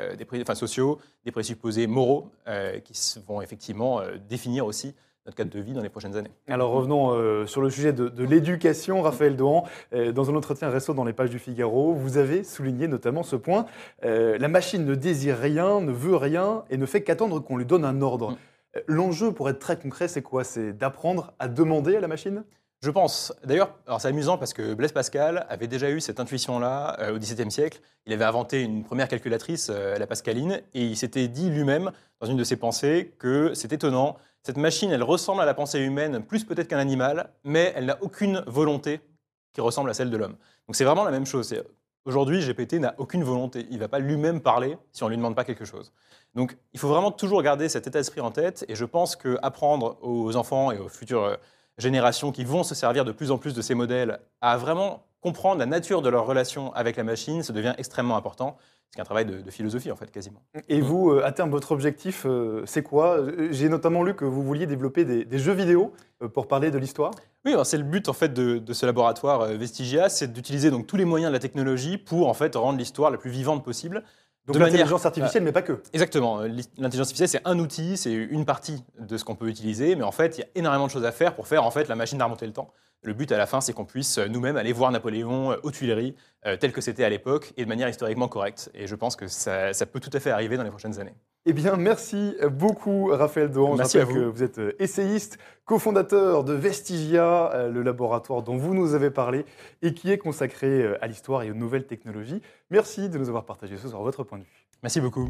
Speaker 5: des présupposés moraux qui vont effectivement définir aussi notre cadre de vie dans les prochaines années.
Speaker 3: Alors revenons sur le sujet de l'éducation, Raphaël Douan. Dans un entretien récent dans les pages du Figaro, vous avez souligné notamment ce point. La machine ne désire rien, ne veut rien et ne fait qu'attendre qu'on lui donne un ordre. L'enjeu, pour être très concret, c'est quoi ? C'est d'apprendre à demander à la machine ?
Speaker 5: Je pense. D'ailleurs, c'est amusant parce que Blaise Pascal avait déjà eu cette intuition-là au XVIIe siècle. Il avait inventé une première calculatrice, la pascaline, et il s'était dit lui-même, dans une de ses pensées, que c'est étonnant. Cette machine, elle ressemble à la pensée humaine, plus peut-être qu'un animal, mais elle n'a aucune volonté qui ressemble à celle de l'homme. Donc c'est vraiment la même chose. Aujourd'hui, GPT n'a aucune volonté. Il ne va pas lui-même parler si on ne lui demande pas quelque chose. Donc il faut vraiment toujours garder cet état d'esprit en tête, et je pense qu'apprendre aux enfants et aux futurs générations qui vont se servir de plus en plus de ces modèles à vraiment comprendre la nature de leur relation avec la machine, ça devient extrêmement important. C'est un travail de philosophie, en fait, quasiment.
Speaker 3: Et vous, à terme, votre objectif, c'est quoi? J'ai notamment lu que vous vouliez développer des jeux vidéo pour parler de l'histoire.
Speaker 5: Oui, alors c'est le but en fait de ce laboratoire Vestigia, c'est d'utiliser donc tous les moyens de la technologie pour en fait rendre l'histoire la plus vivante possible.
Speaker 3: Donc
Speaker 5: De manière-
Speaker 3: l'intelligence artificielle, mais pas que.
Speaker 5: Exactement. L'intelligence artificielle, c'est un outil, c'est une partie de ce qu'on peut utiliser, mais en fait, il y a énormément de choses à faire pour faire en fait la machine à remonter le temps. Le but à la fin, c'est qu'on puisse nous-mêmes aller voir Napoléon aux Tuileries, tel que c'était à l'époque, et de manière historiquement correcte. Et je pense que ça peut tout à fait arriver dans les prochaines années.
Speaker 3: Eh bien, merci beaucoup, Raphaël Dohan.
Speaker 5: Merci
Speaker 3: Je rappelle
Speaker 5: à vous.
Speaker 3: que vous êtes essayiste, cofondateur de Vestigia, le laboratoire dont vous nous avez parlé et qui est consacré à l'histoire et aux nouvelles technologies. Merci de nous avoir partagé ce soir votre point de vue.
Speaker 5: Merci beaucoup.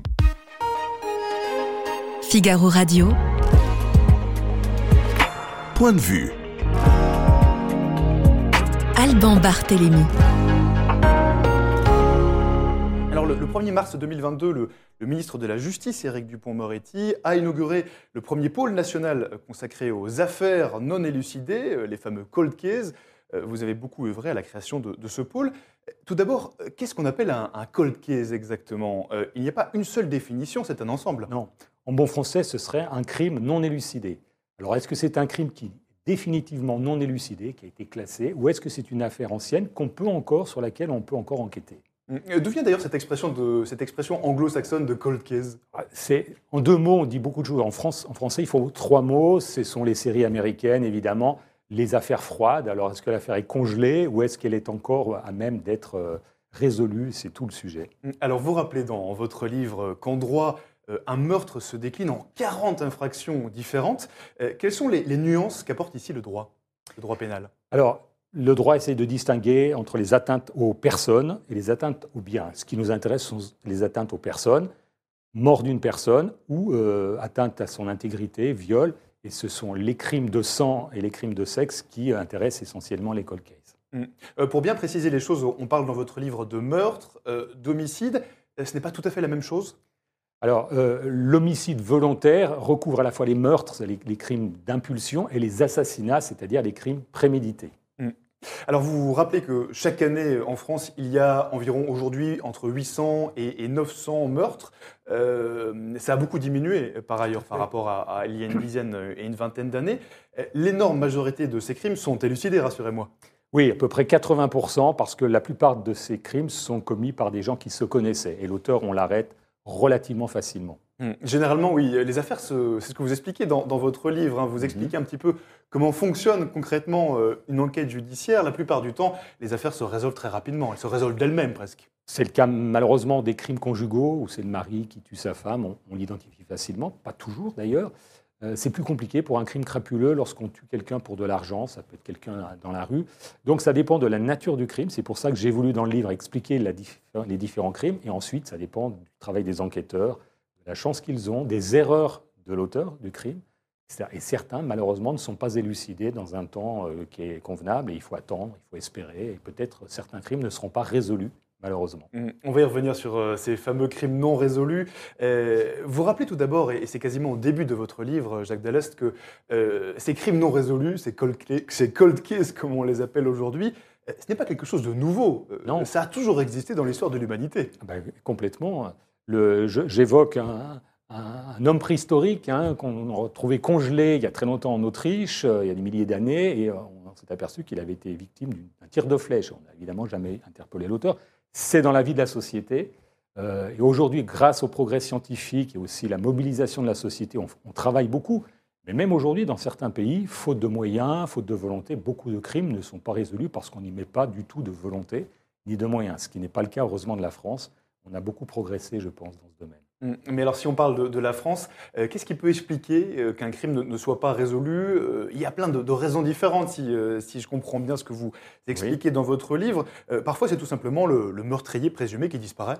Speaker 1: Figaro Radio.
Speaker 6: Point de vue.
Speaker 1: Alban Barthélémy.
Speaker 3: Alors, le 1er mars 2022, le ministre de la Justice, Éric Dupond-Moretti, a inauguré le premier pôle national consacré aux affaires non élucidées, les fameux cold cases. Vous avez beaucoup œuvré à la création de ce pôle. Tout d'abord, qu'est-ce qu'on appelle un cold case exactement? Il n'y a pas une seule définition, c'est un ensemble.
Speaker 7: Non. En bon français, ce serait un crime non élucidé. Alors, est-ce que c'est un crime qui est définitivement non élucidé, qui a été classé, ou est-ce que c'est une affaire ancienne sur laquelle on peut encore enquêter?
Speaker 3: D'où vient d'ailleurs cette expression anglo-saxonne de cold case?
Speaker 7: En 2 mots, on dit beaucoup de choses. En français, il faut 3 mots. Ce sont les séries américaines, évidemment. Les affaires froides. Alors, est-ce que l'affaire est congelée ou est-ce qu'elle est encore à même d'être résolue? C'est tout le sujet.
Speaker 3: Alors, vous rappelez dans votre livre qu'en droit, un meurtre se décline en 40 infractions différentes. Quelles sont les nuances qu'apporte ici le droit pénal?
Speaker 7: Alors, le droit essaie de distinguer entre les atteintes aux personnes et les atteintes aux biens. Ce qui nous intéresse sont les atteintes aux personnes, mort d'une personne ou atteinte à son intégrité, viol. Et ce sont les crimes de sang et les crimes de sexe qui intéressent essentiellement les cold cases.
Speaker 3: Pour bien préciser les choses, on parle dans votre livre de meurtre, d'homicide. Ce n'est pas tout à fait la même chose?
Speaker 7: Alors, l'homicide volontaire recouvre à la fois les meurtres, les crimes d'impulsion, et les assassinats, c'est-à-dire les crimes prémédités.
Speaker 3: Alors, vous vous rappelez que chaque année en France, il y a environ aujourd'hui entre 800 et 900 meurtres. Ça a beaucoup diminué par ailleurs par rapport à il y a une dizaine et une vingtaine d'années. L'énorme majorité de ces crimes sont élucidés, rassurez-moi.
Speaker 7: Oui, à peu près 80%, parce que la plupart de ces crimes sont commis par des gens qui se connaissaient. Et l'auteur, on l'arrête relativement facilement.
Speaker 3: Généralement, oui. Les affaires, c'est ce que vous expliquez dans votre livre. Hein. Vous expliquez un petit peu comment fonctionne concrètement une enquête judiciaire. La plupart du temps, les affaires se résolvent très rapidement. Elles se résolvent d'elles-mêmes presque.
Speaker 7: C'est le cas malheureusement des crimes conjugaux, où c'est le mari qui tue sa femme. On l'identifie facilement, pas toujours d'ailleurs. C'est plus compliqué pour un crime crapuleux lorsqu'on tue quelqu'un pour de l'argent. Ça peut être quelqu'un dans la rue. Donc ça dépend de la nature du crime. C'est pour ça que j'ai voulu dans le livre expliquer les différents crimes. Et ensuite, ça dépend du travail des enquêteurs, de la chance qu'ils ont, des erreurs de l'auteur du crime. Et certains, malheureusement, ne sont pas élucidés dans un temps qui est convenable. Et il faut attendre, il faut espérer. Et peut-être certains crimes ne seront pas résolus, malheureusement.
Speaker 3: On va y revenir sur ces fameux crimes non résolus. Vous rappelez tout d'abord, et c'est quasiment au début de votre livre, Jacques Dallest, que ces crimes non résolus, ces cold cases, comme on les appelle aujourd'hui, ce n'est pas quelque chose de nouveau.
Speaker 7: Non.
Speaker 3: Ça a toujours existé dans l'histoire de l'humanité.
Speaker 7: Complètement. J'évoque un homme préhistorique qu'on a trouvé congelé il y a très longtemps en Autriche, il y a des milliers d'années, et on s'est aperçu qu'il avait été victime d'un tir de flèche. On n'a évidemment jamais interpellé l'auteur. C'est dans la vie de la société. Et aujourd'hui, grâce au progrès scientifique et aussi la mobilisation de la société, on travaille beaucoup. Mais même aujourd'hui, dans certains pays, faute de moyens, faute de volonté, beaucoup de crimes ne sont pas résolus parce qu'on n'y met pas du tout de volonté ni de moyens, ce qui n'est pas le cas, heureusement, de la France. On a beaucoup progressé, je pense, dans ce domaine.
Speaker 3: Mais alors, si on parle de la France, qu'est-ce qui peut expliquer qu'un crime ne soit pas résolu? Il y a plein de raisons différentes, si je comprends bien ce que vous expliquez dans votre livre. Parfois, c'est tout simplement le meurtrier présumé qui disparaît.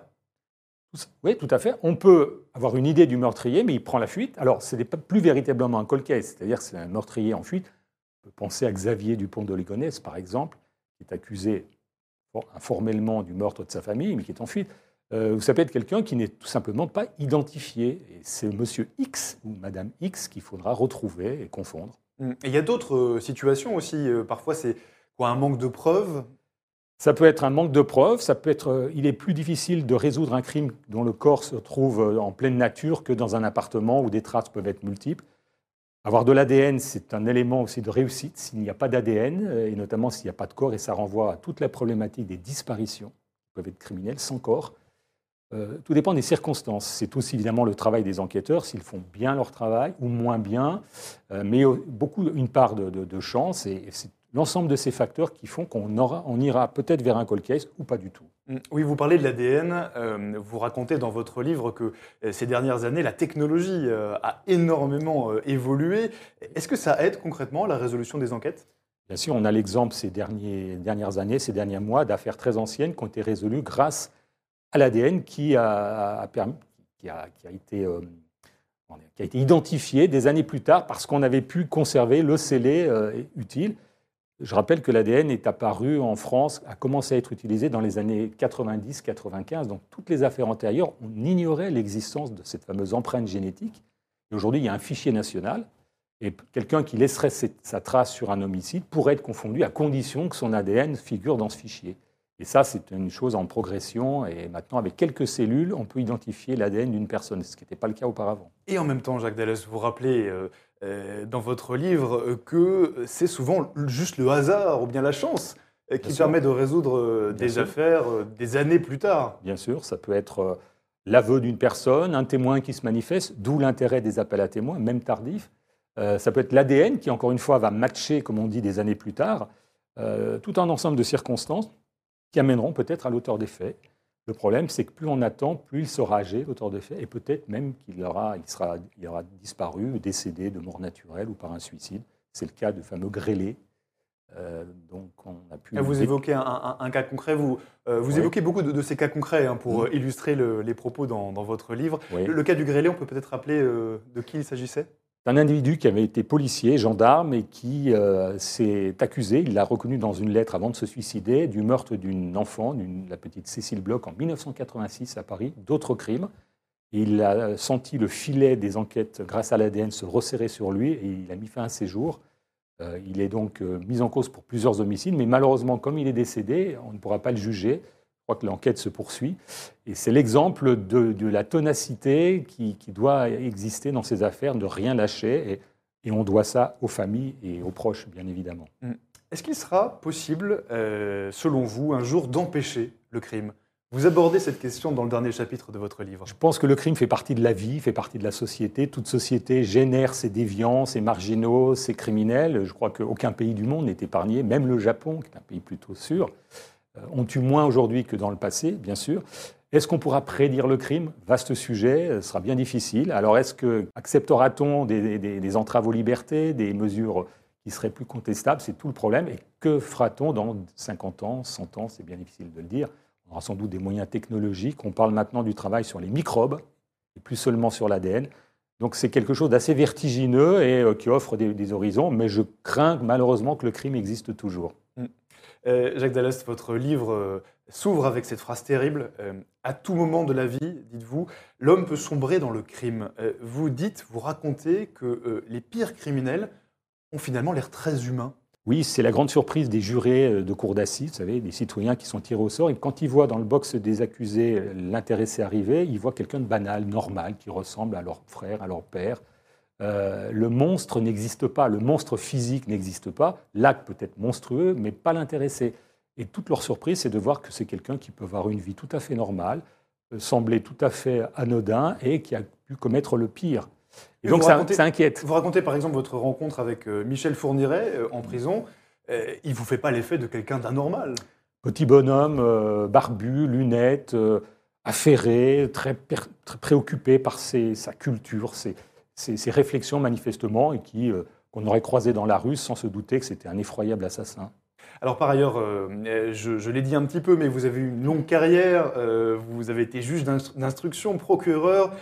Speaker 7: Oui, tout à fait. On peut avoir une idée du meurtrier, mais il prend la fuite. Alors, ce n'est pas plus véritablement un cold case, c'est-à-dire que c'est un meurtrier en fuite. On peut penser à Xavier Dupont de Ligonnès, par exemple, qui est accusé formellement du meurtre de sa famille, mais qui est en fuite. Ça peut être quelqu'un qui n'est tout simplement pas identifié. Et c'est monsieur X ou madame X qu'il faudra retrouver et confondre.
Speaker 3: Et il y a d'autres situations aussi. Parfois, c'est un manque de preuves.
Speaker 7: Ça peut être un manque de preuves, il est plus difficile de résoudre un crime dont le corps se trouve en pleine nature que dans un appartement où des traces peuvent être multiples. Avoir de l'ADN, c'est un élément aussi de réussite s'il n'y a pas d'ADN, et notamment s'il n'y a pas de corps, et ça renvoie à toute la problématique des disparitions qui peuvent être criminelles sans corps. Tout dépend des circonstances. C'est aussi évidemment le travail des enquêteurs, s'ils font bien leur travail ou moins bien, mais une part de chance, et c'est l'ensemble de ces facteurs qui font qu'on ira peut-être vers un cold case ou pas du tout.
Speaker 3: Oui, vous parlez de l'ADN. Vous racontez dans votre livre que ces dernières années, la technologie a énormément évolué. Est-ce que ça aide concrètement à la résolution des enquêtes ?
Speaker 7: Bien sûr, on a l'exemple ces dernières années, ces derniers mois, d'affaires très anciennes qui ont été résolues grâce à l'ADN qui a été identifié des années plus tard parce qu'on avait pu conserver le scellé utile. Je rappelle que l'ADN est apparu en France, a commencé à être utilisé dans les années 90-95. Donc toutes les affaires antérieures, on ignorait l'existence de cette fameuse empreinte génétique. Et aujourd'hui, il y a un fichier national. Et quelqu'un qui laisserait sa trace sur un homicide pourrait être confondu à condition que son ADN figure dans ce fichier. Et ça, c'est une chose en progression. Et maintenant, avec quelques cellules, on peut identifier l'ADN d'une personne, ce qui n'était pas le cas auparavant.
Speaker 3: Et en même temps, Jacques Dallès, vous rappelez dans votre livre que c'est souvent juste le hasard ou bien la chance qui permet de résoudre des affaires des années plus tard.
Speaker 7: Bien sûr, ça peut être l'aveu d'une personne, un témoin qui se manifeste, d'où l'intérêt des appels à témoins, même tardifs. Ça peut être l'ADN qui, encore une fois, va matcher, comme on dit, des années plus tard. Tout un ensemble de circonstances qui amèneront peut-être à l'auteur des faits. Le problème, c'est que plus on attend, plus il sera âgé, l'auteur des faits, et peut-être même qu'il aura disparu, décédé de mort naturelle ou par un suicide. C'est le cas du fameux Grélé. Donc on a pu...
Speaker 3: Vous évoquez un cas concret, vous évoquez beaucoup de ces cas concrets pour illustrer les propos dans votre livre.
Speaker 7: Oui.
Speaker 3: Le cas du Grélé, on peut peut-être rappeler de qui il s'agissait ?
Speaker 7: C'est un individu qui avait été policier, gendarme, et qui s'est accusé, il l'a reconnu dans une lettre avant de se suicider, du meurtre d'une enfant, la petite Cécile Bloch, en 1986 à Paris, d'autres crimes. Et il a senti le filet des enquêtes, grâce à l'ADN, se resserrer sur lui, et il a mis fin à ses jours. Il est donc mis en cause pour plusieurs homicides, mais malheureusement, comme il est décédé, on ne pourra pas le juger. Je crois que l'enquête se poursuit. Et c'est l'exemple de la ténacité qui doit exister dans ces affaires, de rien lâcher. Et on doit ça aux familles et aux proches, bien évidemment.
Speaker 3: Est-ce qu'il sera possible, selon vous, un jour d'empêcher le crime ? Vous abordez cette question dans le dernier chapitre de votre livre.
Speaker 7: Je pense que le crime fait partie de la vie, fait partie de la société. Toute société génère ses déviants, ses marginaux, ses criminels. Je crois qu'aucun pays du monde n'est épargné, même le Japon, qui est un pays plutôt sûr. On tue moins aujourd'hui que dans le passé, bien sûr. Est-ce qu'on pourra prédire le crime ? Vaste sujet, ce sera bien difficile. Alors, acceptera-t-on des entraves aux libertés, des mesures qui seraient plus contestables ? C'est tout le problème. Et que fera-t-on dans 50 ans, 100 ans ? C'est bien difficile de le dire. On aura sans doute des moyens technologiques. On parle maintenant du travail sur les microbes, et plus seulement sur l'ADN. Donc, c'est quelque chose d'assez vertigineux et qui offre des horizons. Mais je crains malheureusement que le crime existe toujours.
Speaker 3: Jacques Dallès, votre livre s'ouvre avec cette phrase terrible. À tout moment de la vie, dites-vous, l'homme peut sombrer dans le crime. Vous racontez que les pires criminels ont finalement l'air très humains.
Speaker 7: Oui, c'est la grande surprise des jurés de cour d'assises, vous savez, des citoyens qui sont tirés au sort. Et quand ils voient dans le box des accusés l'intéressé arriver, ils voient quelqu'un de banal, normal, qui ressemble à leur frère, à leur père. Le monstre n'existe pas, le monstre physique n'existe pas, l'acte peut être monstrueux, mais pas l'intéressé. Et toute leur surprise, c'est de voir que c'est quelqu'un qui peut avoir une vie tout à fait normale, sembler tout à fait anodin et qui a pu commettre le pire. Et donc ça inquiète.
Speaker 3: Vous racontez par exemple votre rencontre avec Michel Fourniret en prison. Il ne vous fait pas l'effet de quelqu'un d'anormal ?
Speaker 7: Petit bonhomme, barbu, lunettes, affairé, très préoccupé par sa culture, ses réflexions manifestement, et qu'on aurait croisé dans la rue sans se douter que c'était un effroyable assassin.
Speaker 3: Alors par ailleurs, je l'ai dit un petit peu, mais vous avez eu une longue carrière, vous avez été juge d'instruction, procureur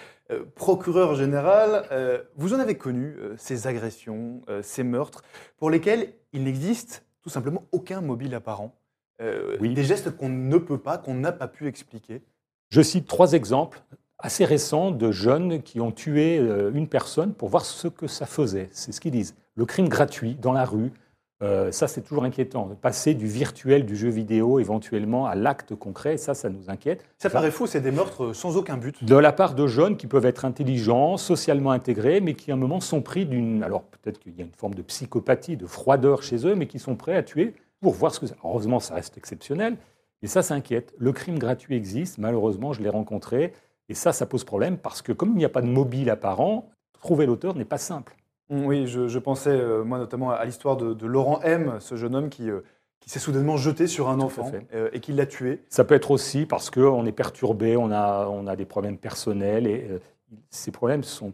Speaker 3: général. Vous en avez connu ces agressions, ces meurtres, pour lesquels il n'existe tout simplement aucun mobile apparent.
Speaker 7: Oui.
Speaker 3: Des gestes qu'on ne peut pas, qu'on n'a pas pu expliquer.
Speaker 7: Je cite 3 exemples assez récents de jeunes qui ont tué une personne pour voir ce que ça faisait. C'est ce qu'ils disent. Le crime gratuit, dans la rue, Ça, c'est toujours inquiétant. Passer du virtuel, du jeu vidéo, éventuellement, à l'acte concret, ça nous inquiète.
Speaker 3: Ça paraît fou, c'est des meurtres sans aucun but.
Speaker 7: De la part de jeunes qui peuvent être intelligents, socialement intégrés, mais qui à un moment sont pris d'une... Alors peut-être qu'il y a une forme de psychopathie, de froideur chez eux, mais qui sont prêts à tuer pour voir ce que c'est. Heureusement, ça reste exceptionnel, mais ça inquiète. Le crime gratuit existe, malheureusement, je l'ai rencontré, et ça pose problème, parce que comme il n'y a pas de mobile apparent, trouver l'auteur n'est pas simple.
Speaker 3: Oui, je pensais, moi notamment, à l'histoire de Laurent M., ce jeune homme qui s'est soudainement jeté sur un enfant et qui l'a tué.
Speaker 7: Ça peut être aussi parce qu'on est perturbé, on a des problèmes personnels, et ces problèmes sont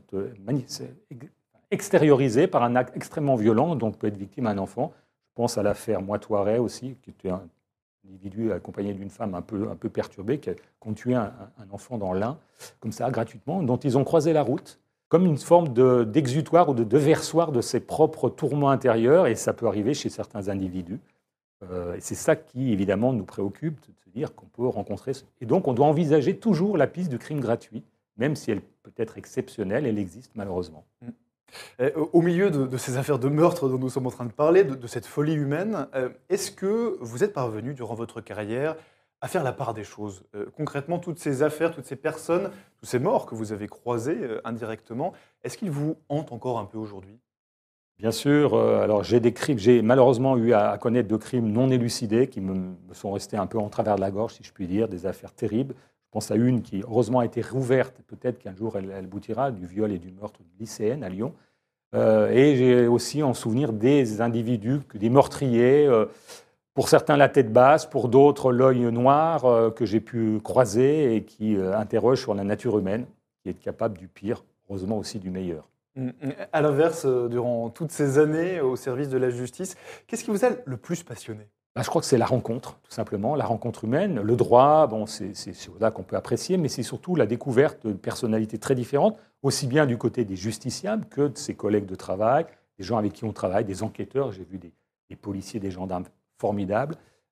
Speaker 7: extériorisés par un acte extrêmement violent dont peut être victime un enfant. Je pense à l'affaire Moitoiret aussi, qui était un individu accompagné d'une femme un peu perturbée, qui ont tué un enfant dans l'Ain, comme ça, gratuitement, dont ils ont croisé la route, comme une forme d'exutoire ou de déversoir de ses propres tourments intérieurs, et ça peut arriver chez certains individus. Et c'est ça qui, évidemment, nous préoccupe, de se dire qu'on peut rencontrer... Et donc, on doit envisager toujours la piste du crime gratuit, même si elle peut être exceptionnelle, elle existe malheureusement.
Speaker 3: Au milieu de ces affaires de meurtre dont nous sommes en train de parler, de cette folie humaine, est-ce que vous êtes parvenu, durant votre carrière, à faire la part des choses? Concrètement, toutes ces affaires, toutes ces personnes, tous ces morts que vous avez croisés indirectement, est-ce qu'ils vous hantent encore un peu aujourd'hui?
Speaker 7: Bien sûr, alors j'ai malheureusement eu à connaître de crimes non élucidés qui me sont restés un peu en travers de la gorge, si je puis dire, des affaires terribles. Je pense à une qui, heureusement, a été rouverte, peut-être qu'un jour elle aboutira, du viol et du meurtre de lycéenne à Lyon. Et j'ai aussi en souvenir des individus, des meurtriers, pour certains la tête basse, pour d'autres l'œil noir, que j'ai pu croiser et qui interrogent sur la nature humaine, qui est capable du pire, heureusement aussi du meilleur.
Speaker 3: À l'inverse, durant toutes ces années au service de la justice, qu'est-ce qui vous a le plus passionné?
Speaker 7: Je crois que c'est la rencontre, tout simplement, la rencontre humaine. Le droit, c'est là qu'on peut apprécier, mais c'est surtout la découverte de personnalités très différentes, aussi bien du côté des justiciables que de ses collègues de travail, des gens avec qui on travaille, des enquêteurs. J'ai vu des policiers, des gendarmes formidables,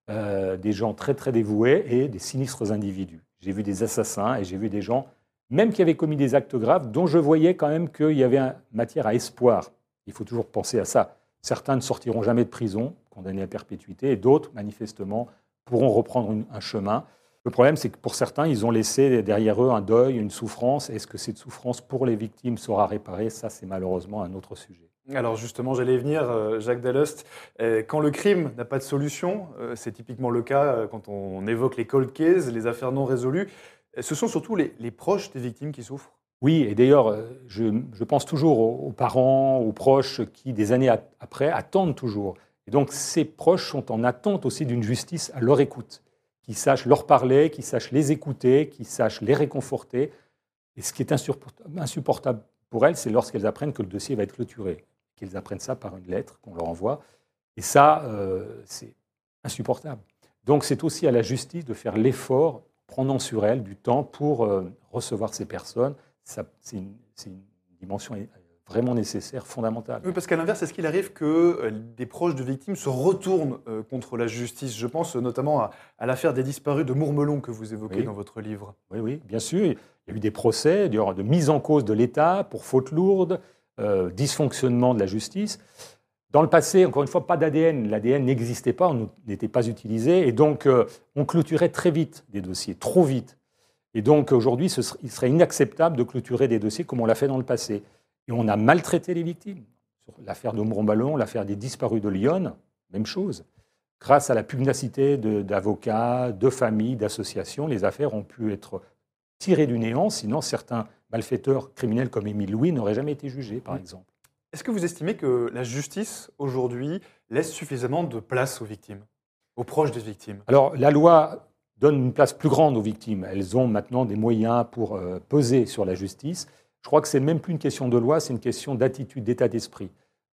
Speaker 7: des gens très très dévoués et des sinistres individus. J'ai vu des assassins et j'ai vu des gens, même qui avaient commis des actes graves, dont je voyais quand même qu'il y avait matière à espoir. Il faut toujours penser à ça. Certains ne sortiront jamais de prison, condamnés à perpétuité, et d'autres, manifestement, pourront reprendre un chemin. Le problème, c'est que pour certains, ils ont laissé derrière eux un deuil, une souffrance. Est-ce que cette souffrance pour les victimes sera réparée? Ça, c'est malheureusement un autre sujet.
Speaker 3: Alors justement, j'allais venir, Jacques Dallust. Quand le crime n'a pas de solution, c'est typiquement le cas quand on évoque les cold cases, les affaires non résolues, ce sont surtout les proches des victimes qui souffrent.
Speaker 7: Oui, et d'ailleurs, je pense toujours aux parents, aux proches qui, des années après, attendent toujours. Et donc, ces proches sont en attente aussi d'une justice à leur écoute, qui sache leur parler, qui sache les écouter, qui sache les réconforter. Et ce qui est insupportable pour elles, c'est lorsqu'elles apprennent que le dossier va être clôturé, qu'elles apprennent ça par une lettre qu'on leur envoie. Et ça, c'est insupportable. Donc, c'est aussi à la justice de faire l'effort, prenant sur elle du temps pour recevoir ces personnes. C'est une dimension vraiment nécessaire, fondamentale.
Speaker 3: Oui, parce qu'à l'inverse, est-ce qu'il arrive que des proches de victimes se retournent contre la justice? Je pense notamment à l'affaire des disparus de Mourmelon que vous évoquez dans votre livre.
Speaker 7: Oui, bien sûr. Il y a eu des procès de mise en cause de l'État pour faute lourde, dysfonctionnement de la justice. Dans le passé, encore une fois, pas d'ADN. L'ADN n'existait pas, on n'était pas utilisé. Et donc, on clôturait très vite des dossiers, trop vite. Et donc, aujourd'hui, il serait inacceptable de clôturer des dossiers comme on l'a fait dans le passé. Et on a maltraité les victimes. Sur l'affaire de Mourmelon, l'affaire des disparus de Lyon, même chose. Grâce à la pugnacité d'avocats, de familles, d'associations, les affaires ont pu être tirées du néant. Sinon, certains malfaiteurs criminels comme Émile Louis n'auraient jamais été jugés, par exemple.
Speaker 3: Est-ce que vous estimez que la justice, aujourd'hui, laisse suffisamment de place aux victimes, aux proches des victimes?
Speaker 7: Alors, la loi donne une place plus grande aux victimes. Elles ont maintenant des moyens pour peser sur la justice. Je crois que ce n'est même plus une question de loi, c'est une question d'attitude, d'état d'esprit.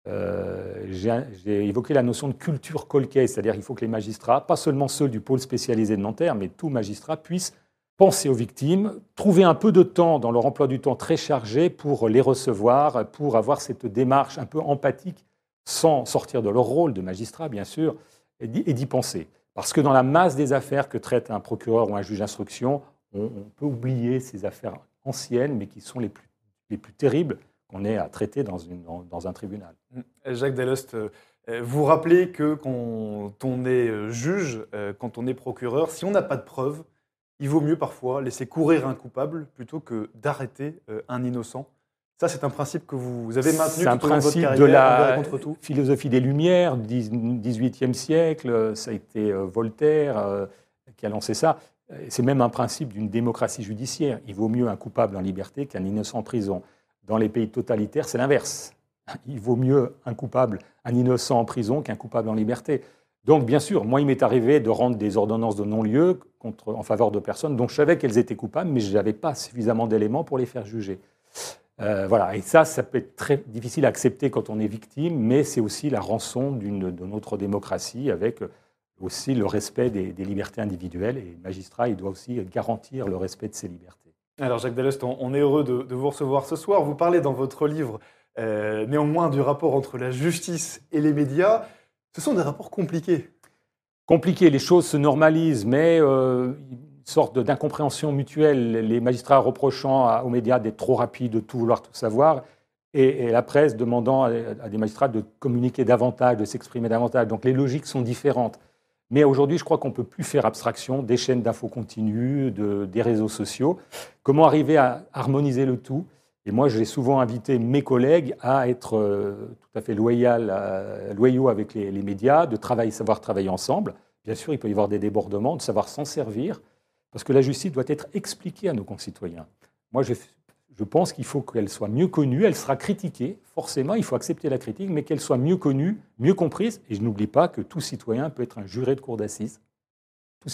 Speaker 7: J'ai évoqué la notion de culture cold case, c'est-à-dire qu'il faut que les magistrats, pas seulement ceux du pôle spécialisé de Nanterre, mais tout magistrat puisse penser aux victimes, trouver un peu de temps dans leur emploi du temps très chargé pour les recevoir, pour avoir cette démarche un peu empathique, sans sortir de leur rôle de magistrat, bien sûr, et d'y penser. Parce que dans la masse des affaires que traite un procureur ou un juge d'instruction, on peut oublier ces affaires anciennes, mais qui sont les plus terribles qu'on ait à traiter dans un tribunal.
Speaker 3: Jacques Dallust, Vous rappelez que quand on est juge, quand on est procureur, si on n'a pas de preuves, il vaut mieux parfois laisser courir un coupable plutôt que d'arrêter un innocent. Ça, c'est un principe que vous avez maintenu
Speaker 7: C'est un
Speaker 3: tout au long de votre
Speaker 7: principe
Speaker 3: carrière,
Speaker 7: de
Speaker 3: envers et
Speaker 7: la
Speaker 3: contre tout.
Speaker 7: philosophie des Lumières du XVIIIe siècle. Ça a été Voltaire qui a lancé ça. C'est même un principe d'une démocratie judiciaire. Il vaut mieux un coupable en liberté qu'un innocent en prison. Dans les pays totalitaires, c'est l'inverse. Il vaut mieux un coupable, un innocent en prison qu'un coupable en liberté. Donc, bien sûr, moi, il m'est arrivé de rendre des ordonnances de non-lieu en faveur de personnes dont je savais qu'elles étaient coupables, mais je n'avais pas suffisamment d'éléments pour les faire juger. Voilà. Et ça peut être très difficile à accepter quand on est victime, mais c'est aussi la rançon de notre démocratie, avec aussi le respect des libertés individuelles. Et le magistrat, il doit aussi garantir le respect de ses libertés.
Speaker 3: Alors, Jacques Dallust, on est heureux de vous recevoir ce soir. Vous parlez dans votre livre, néanmoins, du rapport entre la justice et les médias. Ce sont des rapports compliqués.
Speaker 7: Compliqué, les choses se normalisent, mais une sorte d'incompréhension mutuelle, les magistrats reprochant aux médias d'être trop rapides, de tout vouloir tout savoir, et la presse demandant à des magistrats de communiquer davantage, de s'exprimer davantage. Donc les logiques sont différentes. Mais aujourd'hui, je crois qu'on ne peut plus faire abstraction des chaînes d'infos continues, des réseaux sociaux. Comment arriver à harmoniser le tout ? Et moi, j'ai souvent invité mes collègues à être tout à fait loyaux avec les médias, de savoir travailler ensemble. Bien sûr, il peut y avoir des débordements, de savoir s'en servir, parce que la justice doit être expliquée à nos concitoyens. Moi, je pense qu'il faut qu'elle soit mieux connue. Elle sera critiquée, forcément, il faut accepter la critique, mais qu'elle soit mieux connue, mieux comprise. Et je n'oublie pas que tout citoyen peut être un juré de cour d'assises. Tout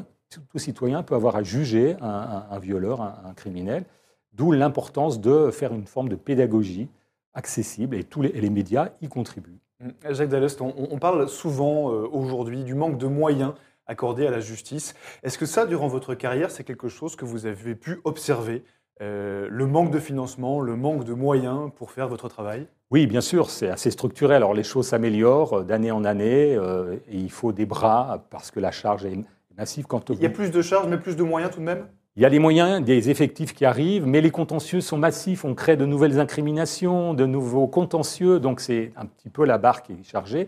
Speaker 7: citoyen peut avoir à juger un violeur, un criminel. D'où l'importance de faire une forme de pédagogie accessible, et les médias y contribuent.
Speaker 3: Jacques Dallust, on parle souvent aujourd'hui du manque de moyens accordés à la justice. Est-ce que ça, durant votre carrière, c'est quelque chose que vous avez pu observer, le manque de financement, le manque de moyens pour faire votre travail ?
Speaker 7: Oui, bien sûr, c'est assez structurel. Alors les choses s'améliorent d'année en année, et il faut des bras parce que la charge est massive.
Speaker 3: Il y a plus de charges, mais plus de moyens tout de même ?
Speaker 7: Il y a des moyens, des effectifs qui arrivent, mais les contentieux sont massifs. On crée de nouvelles incriminations, de nouveaux contentieux, donc c'est un petit peu la barre qui est chargée.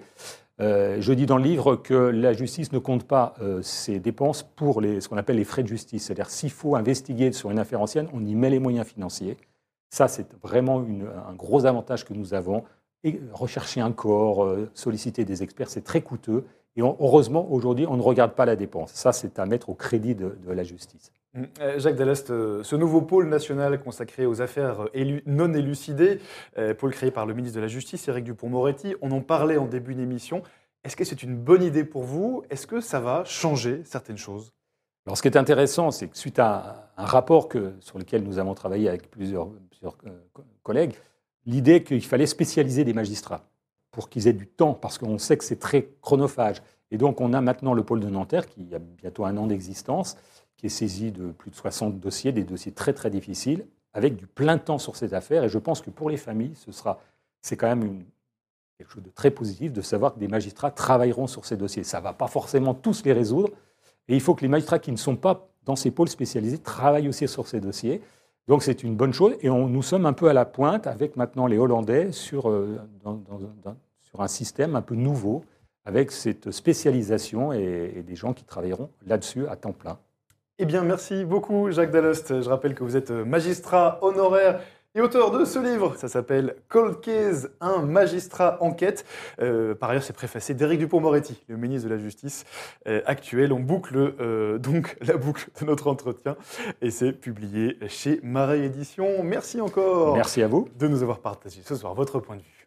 Speaker 7: Je dis dans le livre que la justice ne compte pas ses dépenses pour ce qu'on appelle les frais de justice. C'est-à-dire s'il faut investiguer sur une affaire ancienne, on y met les moyens financiers. Ça, c'est vraiment un gros avantage que nous avons. Et rechercher un corps, solliciter des experts, c'est très coûteux. Et heureusement, aujourd'hui, on ne regarde pas la dépense. Ça, c'est à mettre au crédit de la justice.
Speaker 3: Jacques Dallust, ce nouveau pôle national consacré aux affaires non élucidées, pôle créé par le ministre de la Justice, Éric Dupond-Moretti, on en parlait en début d'émission. Est-ce que c'est une bonne idée pour vous ? Est-ce que ça va changer certaines choses ?
Speaker 7: Alors, ce qui est intéressant, c'est que suite à un rapport sur lequel nous avons travaillé avec plusieurs collègues, l'idée qu'il fallait spécialiser des magistrats pour qu'ils aient du temps, parce qu'on sait que c'est très chronophage. Et donc, on a maintenant le pôle de Nanterre, qui a bientôt 1 an d'existence, qui est saisi de plus de 60 dossiers, des dossiers très très difficiles, avec du plein temps sur cette affaire. Et je pense que pour les familles, c'est quand même quelque chose de très positif de savoir que des magistrats travailleront sur ces dossiers. Ça ne va pas forcément tous les résoudre. Et il faut que les magistrats qui ne sont pas dans ces pôles spécialisés travaillent aussi sur ces dossiers. Donc c'est une bonne chose. Et nous sommes un peu à la pointe avec maintenant les Hollandais sur un système un peu nouveau, avec cette spécialisation et des gens qui travailleront là-dessus à temps plein.
Speaker 3: Eh bien, merci beaucoup, Jacques Dallust. Je rappelle que vous êtes magistrat honoraire et auteur de ce livre. Ça s'appelle Cold Case, un magistrat enquête. Par ailleurs, c'est préfacé d'Éric Dupond-Moretti, le ministre de la Justice actuel. On boucle donc la boucle de notre entretien et c'est publié chez Marais Éditions. Merci encore.
Speaker 7: Merci à vous
Speaker 3: De nous avoir partagé ce soir votre point de vue.